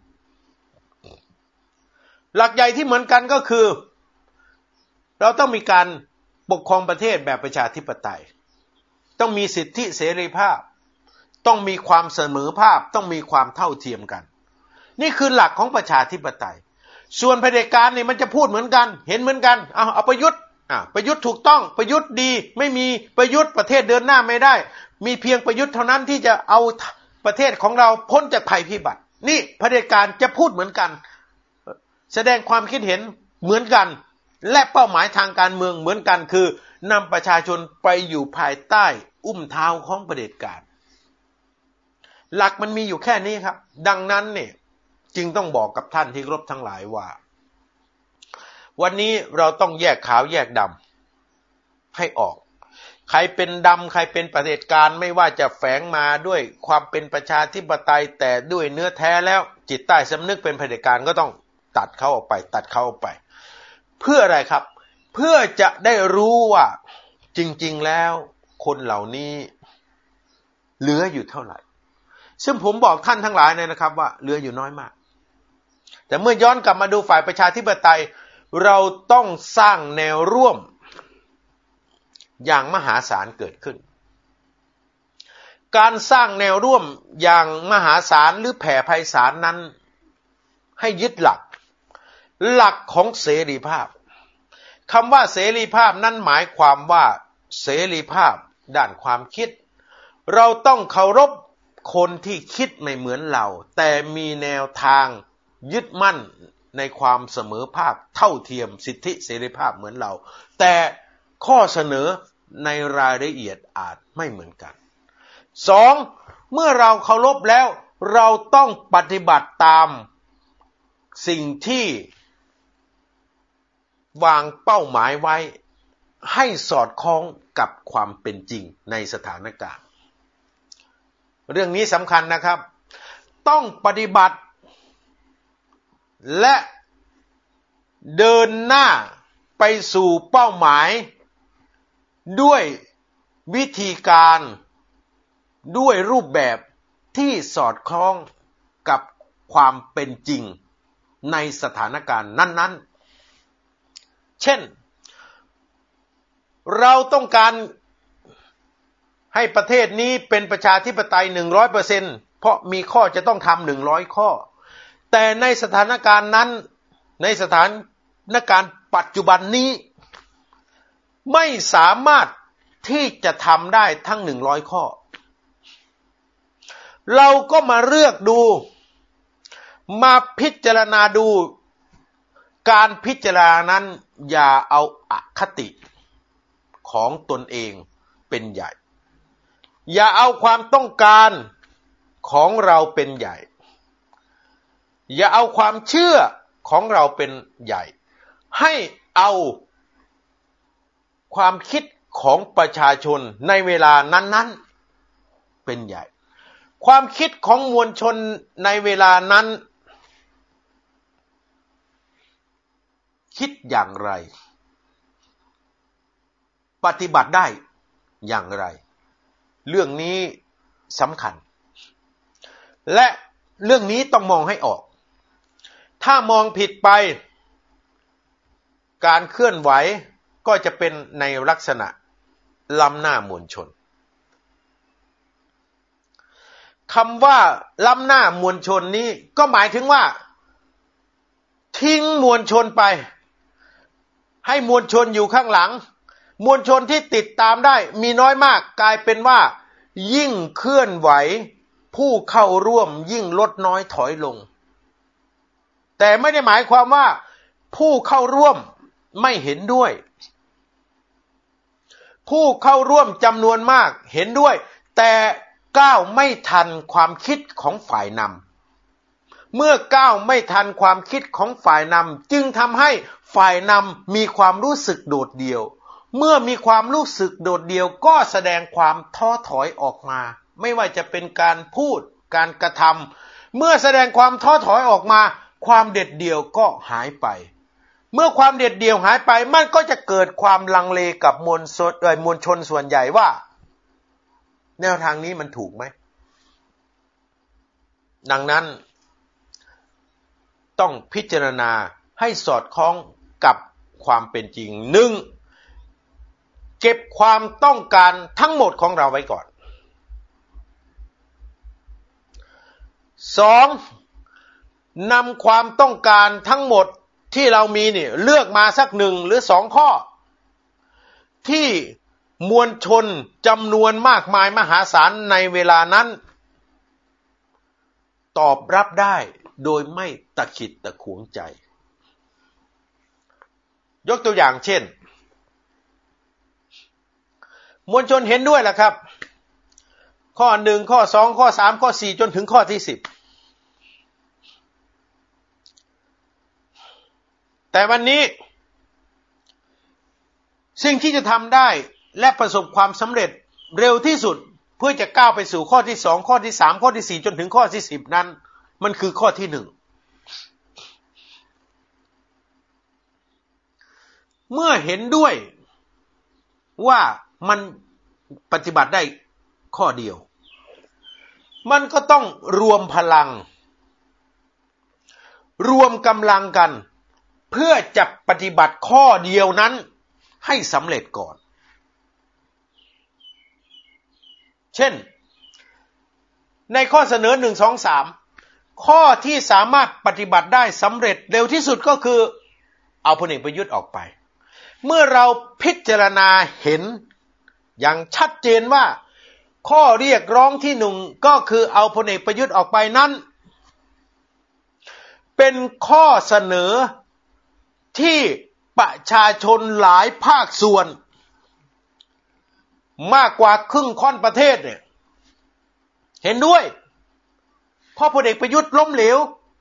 หลักใหญ่ที่เหมือนกันก็คือเราต้องมีการปกครองประเทศแบบประชาธิปไตยต้องมีสิทธิเสรีภาพต้องมีความเสมอภาคต้องมีความเท่าเทียมกันนี่คือหลักของประชาธิปไตยส่วนเผด็จการนี่มันจะพูดเหมือนกันเห็นเหมือนกันเอาประยุทธ์ประยุทธ์ถูกต้องประยุทธ์ดีไม่มีประยุทธ์ประเทศเดินหน้าไม่ได้มีเพียงประยุทธ์เท่านั้นที่จะเอาประเทศของเราพ้นจากภัยพิบัตินี่เผด็จการจะพูดเหมือนกันแสดงความคิดเห็นเหมือนกันและเป้าหมายทางการเมืองเหมือนกันคือนำประชาชนไปอยู่ภายใต้อุ้มเท้าของเผด็จการหลักมันมีอยู่แค่นี้ครับดังนั้นเนี่ยจึงต้องบอกกับท่านที่เคารพทั้งหลายว่าวันนี้เราต้องแยกขาวแยกดำให้ออกใครเป็นดำใครเป็นเผด็จการไม่ว่าจะแฝงมาด้วยความเป็นประชาธิปไตยแต่ด้วยเนื้อแท้แล้วจิตใต้สำนึกเป็นเผด็จการก็ต้องตัดเขาออกไปตัดเขาออกไปเพื่ออะไรครับเพื่อจะได้รู้ว่าจริงๆแล้วคนเหล่านี้เหลืออยู่เท่าไหร่ซึ่งผมบอกท่านทั้งหลายเลยนะครับว่าเหลืออยู่น้อยมากแต่เมื่อย้อนกลับมาดูฝ่ายประชาธิปไตยเราต้องสร้างแนวร่วมอย่างมหาศาลเกิดขึ้นการสร้างแนวร่วมอย่างมหาศาลหรือแผ่ไพศาลนั้นให้ยึดหลักของเสรีภาพคำว่าเสรีภาพนั้นหมายความว่าเสรีภาพด้านความคิดเราต้องเคารพคนที่คิดไม่เหมือนเราแต่มีแนวทางยึดมั่นในความเสมอภาคเท่าเทียมสิทธิเสรีภาพเหมือนเราแต่ข้อเสนอในรายละเอียดอาจไม่เหมือนกันสองเมื่อเราเคารพแล้วเราต้องปฏิบัติตามสิ่งที่วางเป้าหมายไว้ให้สอดคล้องกับความเป็นจริงในสถานการณ์เรื่องนี้สำคัญนะครับต้องปฏิบัติและเดินหน้าไปสู่เป้าหมายด้วยวิธีการด้วยรูปแบบที่สอดคล้องกับความเป็นจริงในสถานการณ์นั้นๆเช่นเราต้องการให้ประเทศนี้เป็นประชาธิปไตย 100% เพราะมีข้อจะต้องทำ100 ข้อแต่ในสถานการณ์นั้นในสถานการณ์ปัจจุบันนี้ไม่สามารถที่จะทำได้ทั้ง100 ข้อเราก็มาเลือกดูมาพิจารณาดูการพิจารณานั้นอย่าเอาอคติของตนเองเป็นใหญ่อย่าเอาความต้องการของเราเป็นใหญ่อย่าเอาความเชื่อของเราเป็นใหญ่ให้เอาความคิดของประชาชนในเวลานั้นๆเป็นใหญ่ความคิดของมวลชนในเวลานั้นคิดอย่างไรปฏิบัติได้อย่างไรเรื่องนี้สำคัญและเรื่องนี้ต้องมองให้ออกถ้ามองผิดไปการเคลื่อนไหวก็จะเป็นในลักษณะล้ำหน้ามวลชนคำว่าล้ำหน้ามวลชนนี้ก็หมายถึงว่าทิ้งมวลชนไปให้มวลชนอยู่ข้างหลังมวลชนที่ติดตามได้มีน้อยมากกลายเป็นว่ายิ่งเคลื่อนไหวผู้เข้าร่วมยิ่งลดน้อยถอยลงแต่ไม่ได้หมายความว่าผู้เข้าร่วมไม่เห็นด้วยผู้เข้าร่วมจำนวนมากเห็นด้วยแต่ก้าวไม่ทันความคิดของฝ่ายนำเมื่อก้าวไม่ทันความคิดของฝ่ายนำจึงทำให้ฝ่ายนำมีความรู้สึกโดดเดี่ยวเมื่อมีความรู้สึกโดดเดี่ยวก็แสดงความท้อถอยออกมาไม่ว่าจะเป็นการพูดการกระทำเมื่อแสดงความท้อถอยออกมาความเด็ดเดี่ยวก็หายไปเมื่อความเด็ดเดี่ยวหายไปมันก็จะเกิดความลังเลกับมวลชนส่วนใหญ่ว่าแนวทางนี้มันถูกไหมดังนั้นต้องพิจารณาให้สอดคล้องกับความเป็นจริงหนึ่งเก็บความต้องการทั้งหมดของเราไว้ก่อนสองนำความต้องการทั้งหมดที่เรามีเนี่ยเลือกมาสัก1 หรือ 2 ข้อที่มวลชนจำนวนมากมายมหาศาลในเวลานั้นตอบรับได้โดยไม่ตะขิดตะขวงใจยกตัวอย่างเช่นมวลชนเห็นด้วยล่ะครับข้อ1ข้อ2ข้อ3ข้อ4จนถึงข้อที่10แต่วันนี้สิ่งที่จะทำได้และประสบความสำเร็จเร็วที่สุดเพื่อจะก้าวไปสู่ข้อที่2ข้อที่3ข้อที่4จนถึงข้อที่10นั้นมันคือข้อที่1เมื่อเห็นด้วยว่ามันปฏิบัติได้ข้อเดียวมันก็ต้องรวมพลังรวมกำลังกันเพื่อจะปฏิบัติข้อเดียวนั้นให้สำเร็จก่อนเช่นในข้อเสนอ1 2 3ข้อที่สามารถปฏิบัติได้สำเร็จเร็วที่สุดก็คือเอาพลเอกประยุทธ์ออกไปเมื่อเราพิจารณาเห็นอย่างชัดเจนว่าข้อเรียกร้องที่1ก็คือเอาพลเอกประยุทธ์ออกไปนั้นเป็นข้อเสนอที่ประชาชนหลายภาคส่วนมากกว่าครึ่งค่อนประเทศเนี่ยเห็นด้วยเพราะพลเอกประยุทธ์ล้มเหลว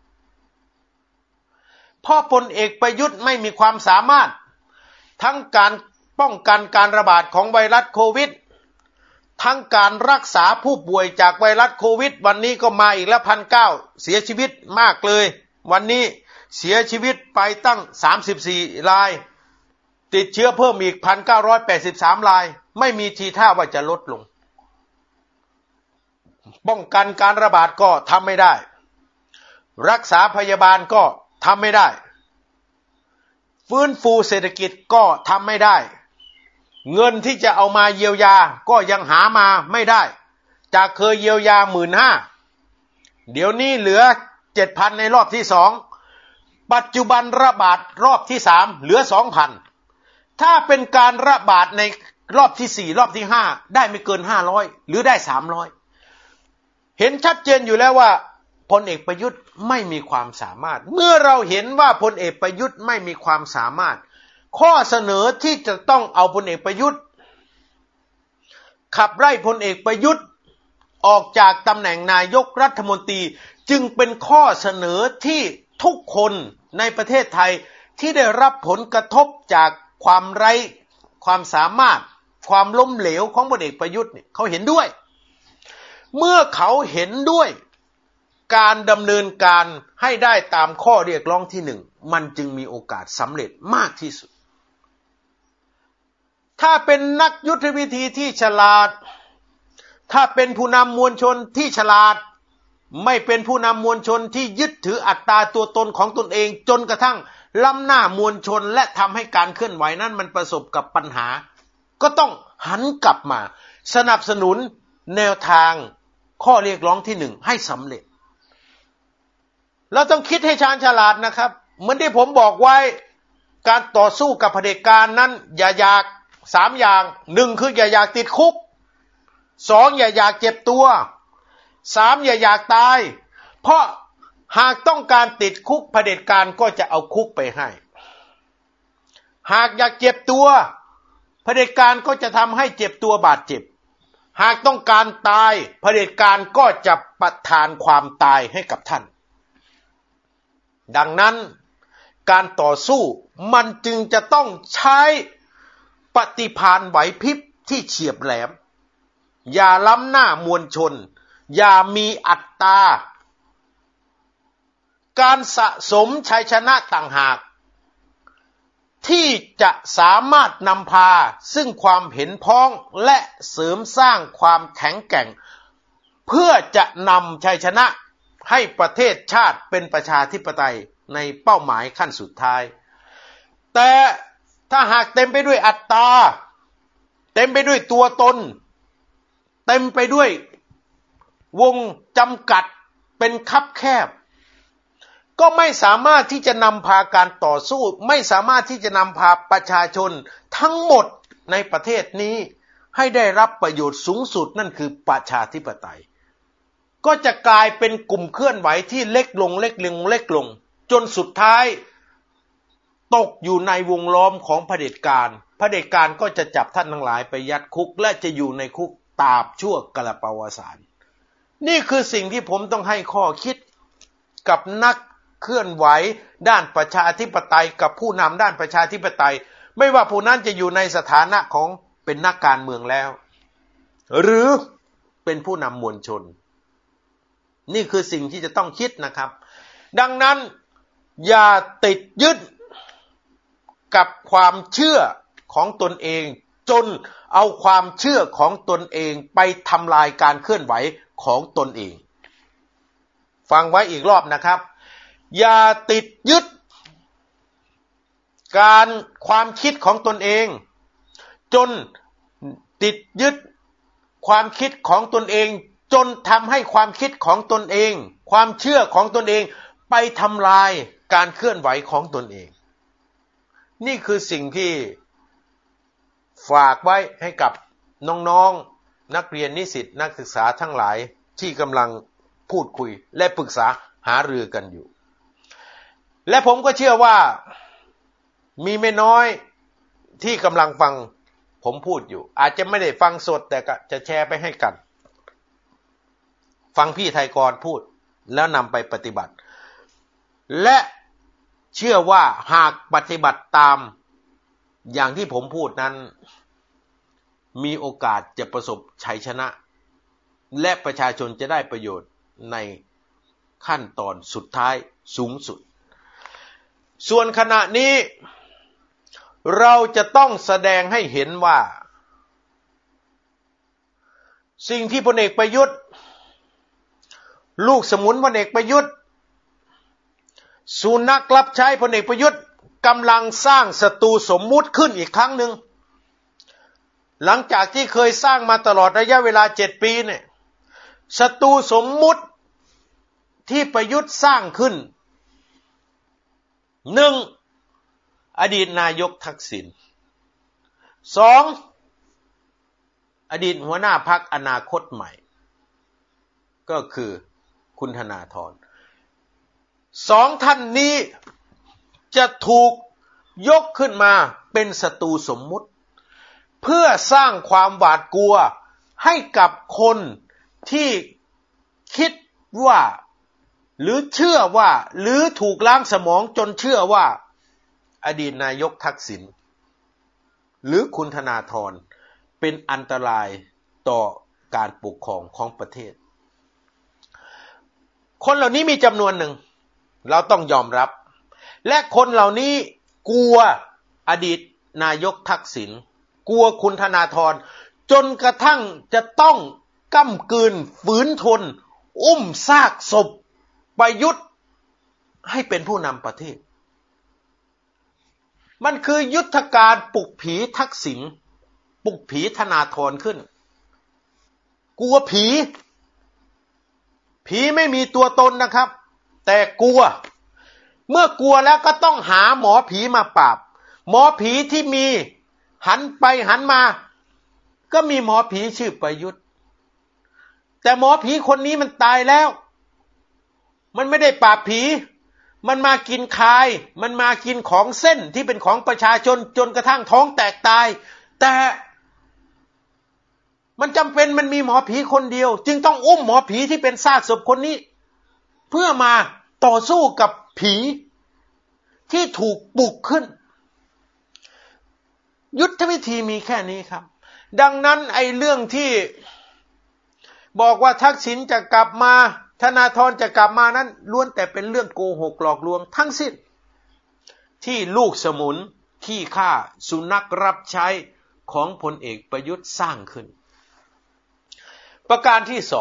เพราะพลเอกประยุทธ์ไม่มีความสามารถทั้งการป้องกันการระบาดของไวรัสโควิดทั้งการรักษาผู้ป่วยจากไวรัสโควิดวันนี้ก็มาอีกแล้ว1,900เสียชีวิตมากเลยวันนี้เสียชีวิตไปตั้ง34รายติดเชื้อเพิ่มอีก1,983รายไม่มีทีท่าว่าจะลดลงป้องกันการระบาดก็ทำไม่ได้รักษาพยาบาลก็ทำไม่ได้ฟื้นฟูเศรษฐกิจก็ทำไม่ได้เงินที่จะเอามาเยียวยาก็ยังหามาไม่ได้จากเคยเยียวยา15,000เดี๋ยวนี้เหลือ 7,000 ในรอบที่2ปัจจุบันระบาดรอบที่3เหลือ 2,000 ถ้าเป็นการระบาดในรอบที่4รอบที่5ได้ไม่เกิน500หรือได้300เห็นชัดเจนอยู่แล้วว่าพลเอกประยุทธ์ไม่มีความสามารถเมื่อเราเห็นว่าพลเอกประยุทธ์ไม่มีความสามารถข้อเสนอที่จะต้องเอาพลเอกประยุทธ์ขับไล่พลเอกประยุทธ์ออกจากตำแหน่งนายกรัฐมนตรีจึงเป็นข้อเสนอที่ทุกคนในประเทศไทยที่ได้รับผลกระทบจากความไร้ความสามารถความล้มเหลวของพลเอกประยุทธ์เนี่ยเขาเห็นด้วยเมื่อเขาเห็นด้วยการดำเนินการให้ได้ตามข้อเรียกร้องที่1มันจึงมีโอกาสสำเร็จมากที่สุดถ้าเป็นนักยุทธวิธีที่ฉลาดถ้าเป็นผู้นำมวลชนที่ฉลาดไม่เป็นผู้นำมวลชนที่ยึดถืออัตราตัวตนของตนเองจนกระทั่งล้ำหน้ามวลชนและทำให้การเคลื่อนไหวนั้นมันประสบกับปัญหาก็ต้องหันกลับมาสนับสนุนแนวทางข้อเรียกร้องที่1ให้สำเร็จเราต้องคิดให้ชาญฉลาดนะครับเหมือนที่ผมบอกไว้การต่อสู้กับเผด็จการนั้นอย่าอยาก3อย่าง1คืออย่าอยากติดคุก2อย่าอยากเจ็บตัว3อย่าอยากตายเพราะหากต้องการติดคุกเผด็จการก็จะเอาคุกไปให้หากอยากเจ็บตัวเผด็จการก็จะทำให้เจ็บตัวบาดเจ็บหากต้องการตายเผด็จการก็จะประทานความตายให้กับท่านดังนั้นการต่อสู้มันจึงจะต้องใช้ปฏิภาณไหวพริบที่เฉียบแหลมอย่าล้ำหน้ามวลชนอย่ามีอัตตาการสะสมชัยชนะต่างหากที่จะสามารถนำพาซึ่งความเห็นพ้องและเสริมสร้างความแข็งแกร่งเพื่อจะนำชัยชนะให้ประเทศชาติเป็นประชาธิปไตยในเป้าหมายขั้นสุดท้ายแต่ถ้าหากเต็มไปด้วยอัตตาเต็มไปด้วยตัวตนเต็มไปด้วยวงจำกัดเป็นคับแคบก็ไม่สามารถที่จะนำพาการต่อสู้ไม่สามารถที่จะนำพาประชาชนทั้งหมดในประเทศนี้ให้ได้รับประโยชน์สูงสุดนั่นคือประชาธิปไตยก็จะกลายเป็นกลุ่มเคลื่อนไหวที่เล็กลงจนสุดท้ายตกอยู่ในวงล้อมของเผด็จการก็จะจับท่านทั้งหลายไปยัดคุกและจะอยู่ในคุกตราบชั่วกาลปวสานนี่คือสิ่งที่ผมต้องให้ข้อคิดกับนักเคลื่อนไหวด้านประชาธิปไตยกับผู้นำด้านประชาธิปไตยไม่ว่าผู้นั้นจะอยู่ในสถานะของเป็นนักการเมืองแล้วหรือเป็นผู้นำมวลชนนี่คือสิ่งที่จะต้องคิดนะครับดังนั้นอย่าติดยึดกับความเชื่อของตนเองจนเอาความเชื่อของตนเองไปทำลายการเคลื่อนไหวของตนเองฟังไว้อีกรอบนะครับอย่าติดยึดความคิดของตนเองจนติดยึดความคิดของตนเองจนทำให้ความคิดของตนเองความเชื่อของตนเองไปทำลายการเคลื่อนไหวของตนเองนี่คือสิ่งที่ฝากไว้ให้กับน้องๆนักเรียนนิสิตนักศึกษาทั้งหลายที่กำลังพูดคุยและปรึกษาหารือกันอยู่และผมก็เชื่อว่ามีไม่น้อยที่กำลังฟังผมพูดอยู่อาจจะไม่ได้ฟังสดแต่ก็จะแชร์ไปให้กันฟังพี่ไทยกรพูดแล้วนำไปปฏิบัติและเชื่อว่าหากปฏิบัติตามอย่างที่ผมพูดนั้นมีโอกาสจะประสบชัยชนะและประชาชนจะได้ประโยชน์ในขั้นตอนสุดท้ายสูงสุดส่วนขณะนี้เราจะต้องแสดงให้เห็นว่าสิ่งที่พลเอกประยุทธ์ลูกสมุนพลเอกประยุทธ์สุนัขรับใช้พลเอกประยุทธ์กำลังสร้างศัตรูสมมุติขึ้นอีกครั้งหนึ่งหลังจากที่เคยสร้างมาตลอดระยะเวลา7 ปีเนี่ยศัตรูสมมุติที่ประยุทธ์สร้างขึ้น1. อดีตนายกทักษิณ 2. อดีตหัวหน้าพรรคอนาคตใหม่ก็คือคุณธนาธร2 ท่านนี้จะถูกยกขึ้นมาเป็นศัตรูสมมุติเพื่อสร้างความหวาดกลัวให้กับคนที่คิดว่าหรือเชื่อว่าหรือถูกล้างสมองจนเชื่อว่าอดีตนายกทักษิณหรือคุณธนาธรเป็นอันตรายต่อการปกครองของประเทศคนเหล่านี้มีจำนวนหนึ่งเราต้องยอมรับและคนเหล่านี้กลัวอดีตนายกทักษิณกลัวคุณธนาธรจนกระทั่งจะต้องก้ำกืนฝืนทนอุ้มซากศพประยุทธ์ให้เป็นผู้นำประเทศมันคือยุทธการปลุกผีทักษิณปลุกผีธนาธรขึ้นกลัวผีไม่มีตัวตนนะครับแต่กลัวเมื่อกลัวแล้วก็ต้องหาหมอผีมาปราบหมอผีที่มีหันไปหันมาก็มีหมอผีชื่อประยุทธ์แต่หมอผีคนนี้มันตายแล้วมันไม่ได้ปราบผีมันมากินคายมันมากินของเส้นที่เป็นของประชาชนจนกระทั่งท้องแตกตายแต่มันจำเป็นมันมีหมอผีคนเดียวจึงต้องอุ้มหมอผีที่เป็นซากศพคนนี้เพื่อมาต่อสู้กับผีที่ถูกปลุกขึ้นยุทธวิธีมีแค่นี้ครับดังนั้นไอ้เรื่องที่บอกว่าทักษิณจะกลับมาธนาธรจะกลับมานั้นล้วนแต่เป็นเรื่องโกหกหลอกลวงทั้งสิ้นที่ลูกสมุนขี้ข้าสุนัขรับใช้ของพลเอกประยุทธ์สร้างขึ้นประการที่2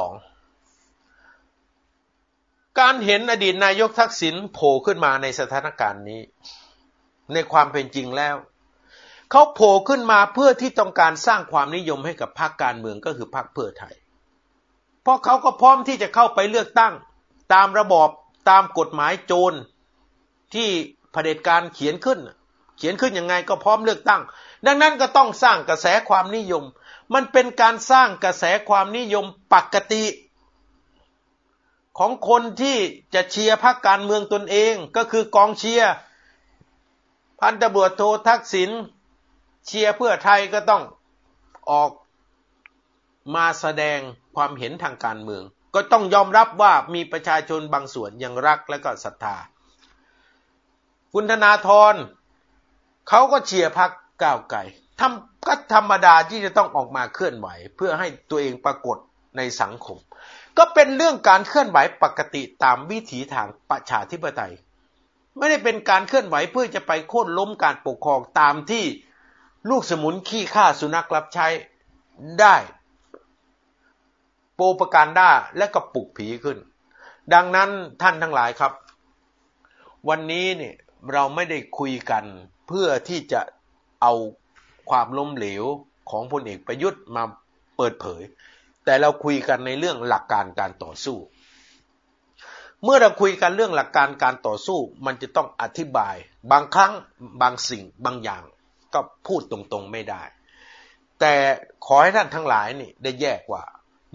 การเห็นอดีตนายกทักษิณโผล่ขึ้นมาในสถานการณ์นี้ในความเป็นจริงแล้วเขาโผล่ขึ้นมาเพื่อที่ต้องการสร้างความนิยมให้กับพรรคการเมืองก็คือพรรคเพื่อไทยเพราะเขาก็พร้อมที่จะเข้าไปเลือกตั้งตามระบอบตามกฎหมายโจรที่เผด็จการเขียนขึ้นยังไงก็พร้อมเลือกตั้งดังนั้นก็ต้องสร้างกระแสความนิยมมันเป็นการสร้างกระแสความนิยมปกติของคนที่จะเชียร์พรรคการเมืองตนเองก็คือกองเชียร์พันตำรวจโททักษิณเชียร์เพื่อไทยก็ต้องออกมาแสดงความเห็นทางการเมืองก็ต้องยอมรับว่ามีประชาชนบางส่วนยังรักและก็ศรัทธาคุณธนาธรเขาก็เชียร์พรรคก้าวไกลก็ธรรมดาที่จะต้องออกมาเคลื่อนไหวเพื่อให้ตัวเองปรากฏในสังคมก็เป็นเรื่องการเคลื่อนไหวปกติตามวิถีทางประชาธิปไตยไม่ได้เป็นการเคลื่อนไหวเพื่อจะไปโค่นล้มการปกครองตามที่ลูกสมุนขี้ข้าสุนัขรับใช้ได้โปรปากันดาและก็ปลุกผีขึ้นดังนั้นท่านทั้งหลายครับวันนี้เนี่ยเราไม่ได้คุยกันเพื่อที่จะเอาความล้มเหลวของพลเอกประยุทธ์มาเปิดเผยแต่เราคุยกันในเรื่องหลักการการต่อสู้เมื่อเราคุยกันเรื่องหลักการการต่อสู้มันจะต้องอธิบายบางครั้งบางสิ่งบางอย่างก็พูดตรงๆไม่ได้แต่ขอให้ท่านทั้งหลายนี่ได้แยกว่า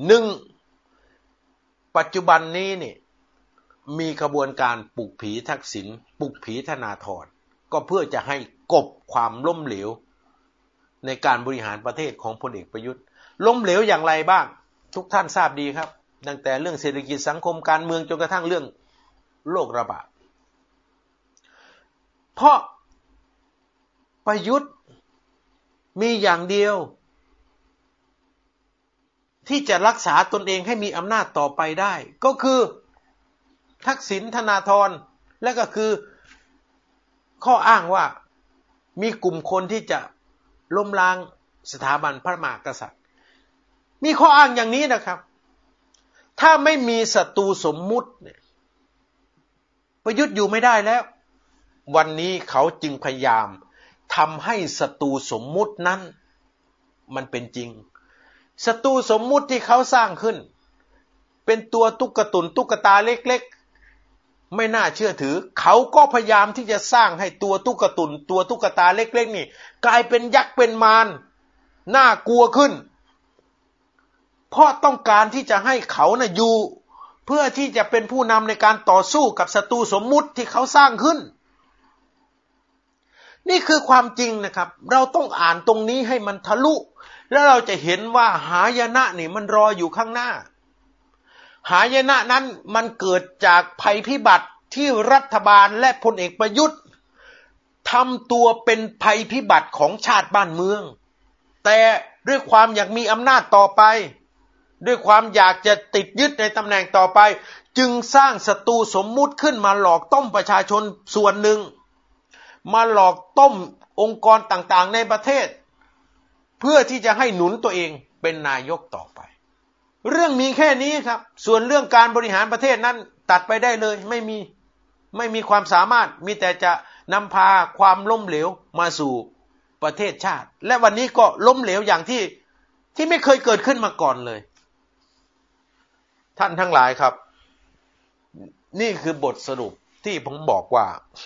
1ปัจจุบันนี้นี่มีขบวนการปลุกผีทักษิณปลุกผีธนาธรก็เพื่อจะให้กลบความล้มเหลวในการบริหารประเทศของพลเอกประยุทธ์ล้มเหลวอย่างไรบ้างทุกท่านทราบดีครับตั้งแต่เรื่องเศรษฐกิจสังคมการเมืองจนกระทั่งเรื่องโรคระบาดเพราะประยุทธ์มีอย่างเดียวที่จะรักษาตนเองให้มีอำนาจต่อไปได้ก็คือทักษิณธนาธรและก็คือข้ออ้างว่ามีกลุ่มคนที่จะล้มล้างสถาบันพระมหากษัตริย์มีข้ออ้างอย่างนี้นะครับถ้าไม่มีศัตรูสมมุติเนี่ยประยุทธ์อยู่ไม่ได้แล้ววันนี้เขาจึงพยายามทำให้ศัตรูสมมุตินั้นมันเป็นจริงศัตรูสมมุติที่เขาสร้างขึ้นเป็นตัวตุ๊กตุนตุ๊กตาเล็กๆไม่น่าเชื่อถือเขาก็พยายามที่จะสร้างให้ตัวตุ๊กตุนตัวตุ๊กตาเล็กๆนี่กลายเป็นยักษ์เป็นมารน่ากลัวขึ้นเพราะต้องการที่จะให้เขาน่ะอยู่เพื่อที่จะเป็นผู้นำในการต่อสู้กับศัตรูสมมุติที่เขาสร้างขึ้นนี่คือความจริงนะครับเราต้องอ่านตรงนี้ให้มันทะลุแล้วเราจะเห็นว่าหายนะนี่มันรออยู่ข้างหน้าหายนะนั้นมันเกิดจากภัยพิบัติที่รัฐบาลและพลเอกประยุทธ์ทำตัวเป็นภัยพิบัติของชาติบ้านเมืองแต่ด้วยความอยากมีอำนาจต่อไปด้วยความอยากจะติดยึดในตำแหน่งต่อไปจึงสร้างศัตรูสมมุติขึ้นมาหลอกต้มประชาชนส่วนหนึ่งมาหลอกต้มองค์กรต่างๆในประเทศเพื่อที่จะให้หนุนตัวเองเป็นนายกต่อไปเรื่องมีแค่นี้ครับส่วนเรื่องการบริหารประเทศนั้นตัดไปได้เลยไม่มีความสามารถมีแต่จะนำพาความล้มเหลวมาสู่ประเทศชาติและวันนี้ก็ล้มเหลวอย่างที่ไม่เคยเกิดขึ้นมาก่อนเลยท่านทั้งหลายครับนี่คือบทสรุปที่ผมบอกว่า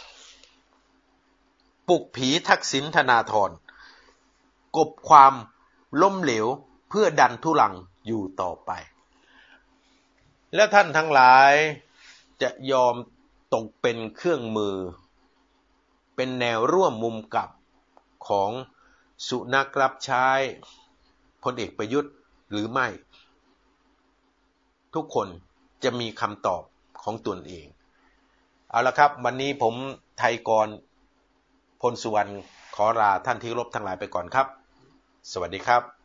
ปลุกผีทักษิณธนาธรกบความล้มเหลวเพื่อดันทุรังอยู่ต่อไปและท่านทั้งหลายจะยอมตกเป็นเครื่องมือเป็นแนวร่วมมุมกลับของสุนัขรับใช้พลเอกประยุทธ์หรือไม่ทุกคนจะมีคำตอบของตนเองเอาละครับวันนี้ผมไทยกรพลสุวรรณขอลาท่านที่เคารพทั้งหลายไปก่อนครับสวัสดีครับ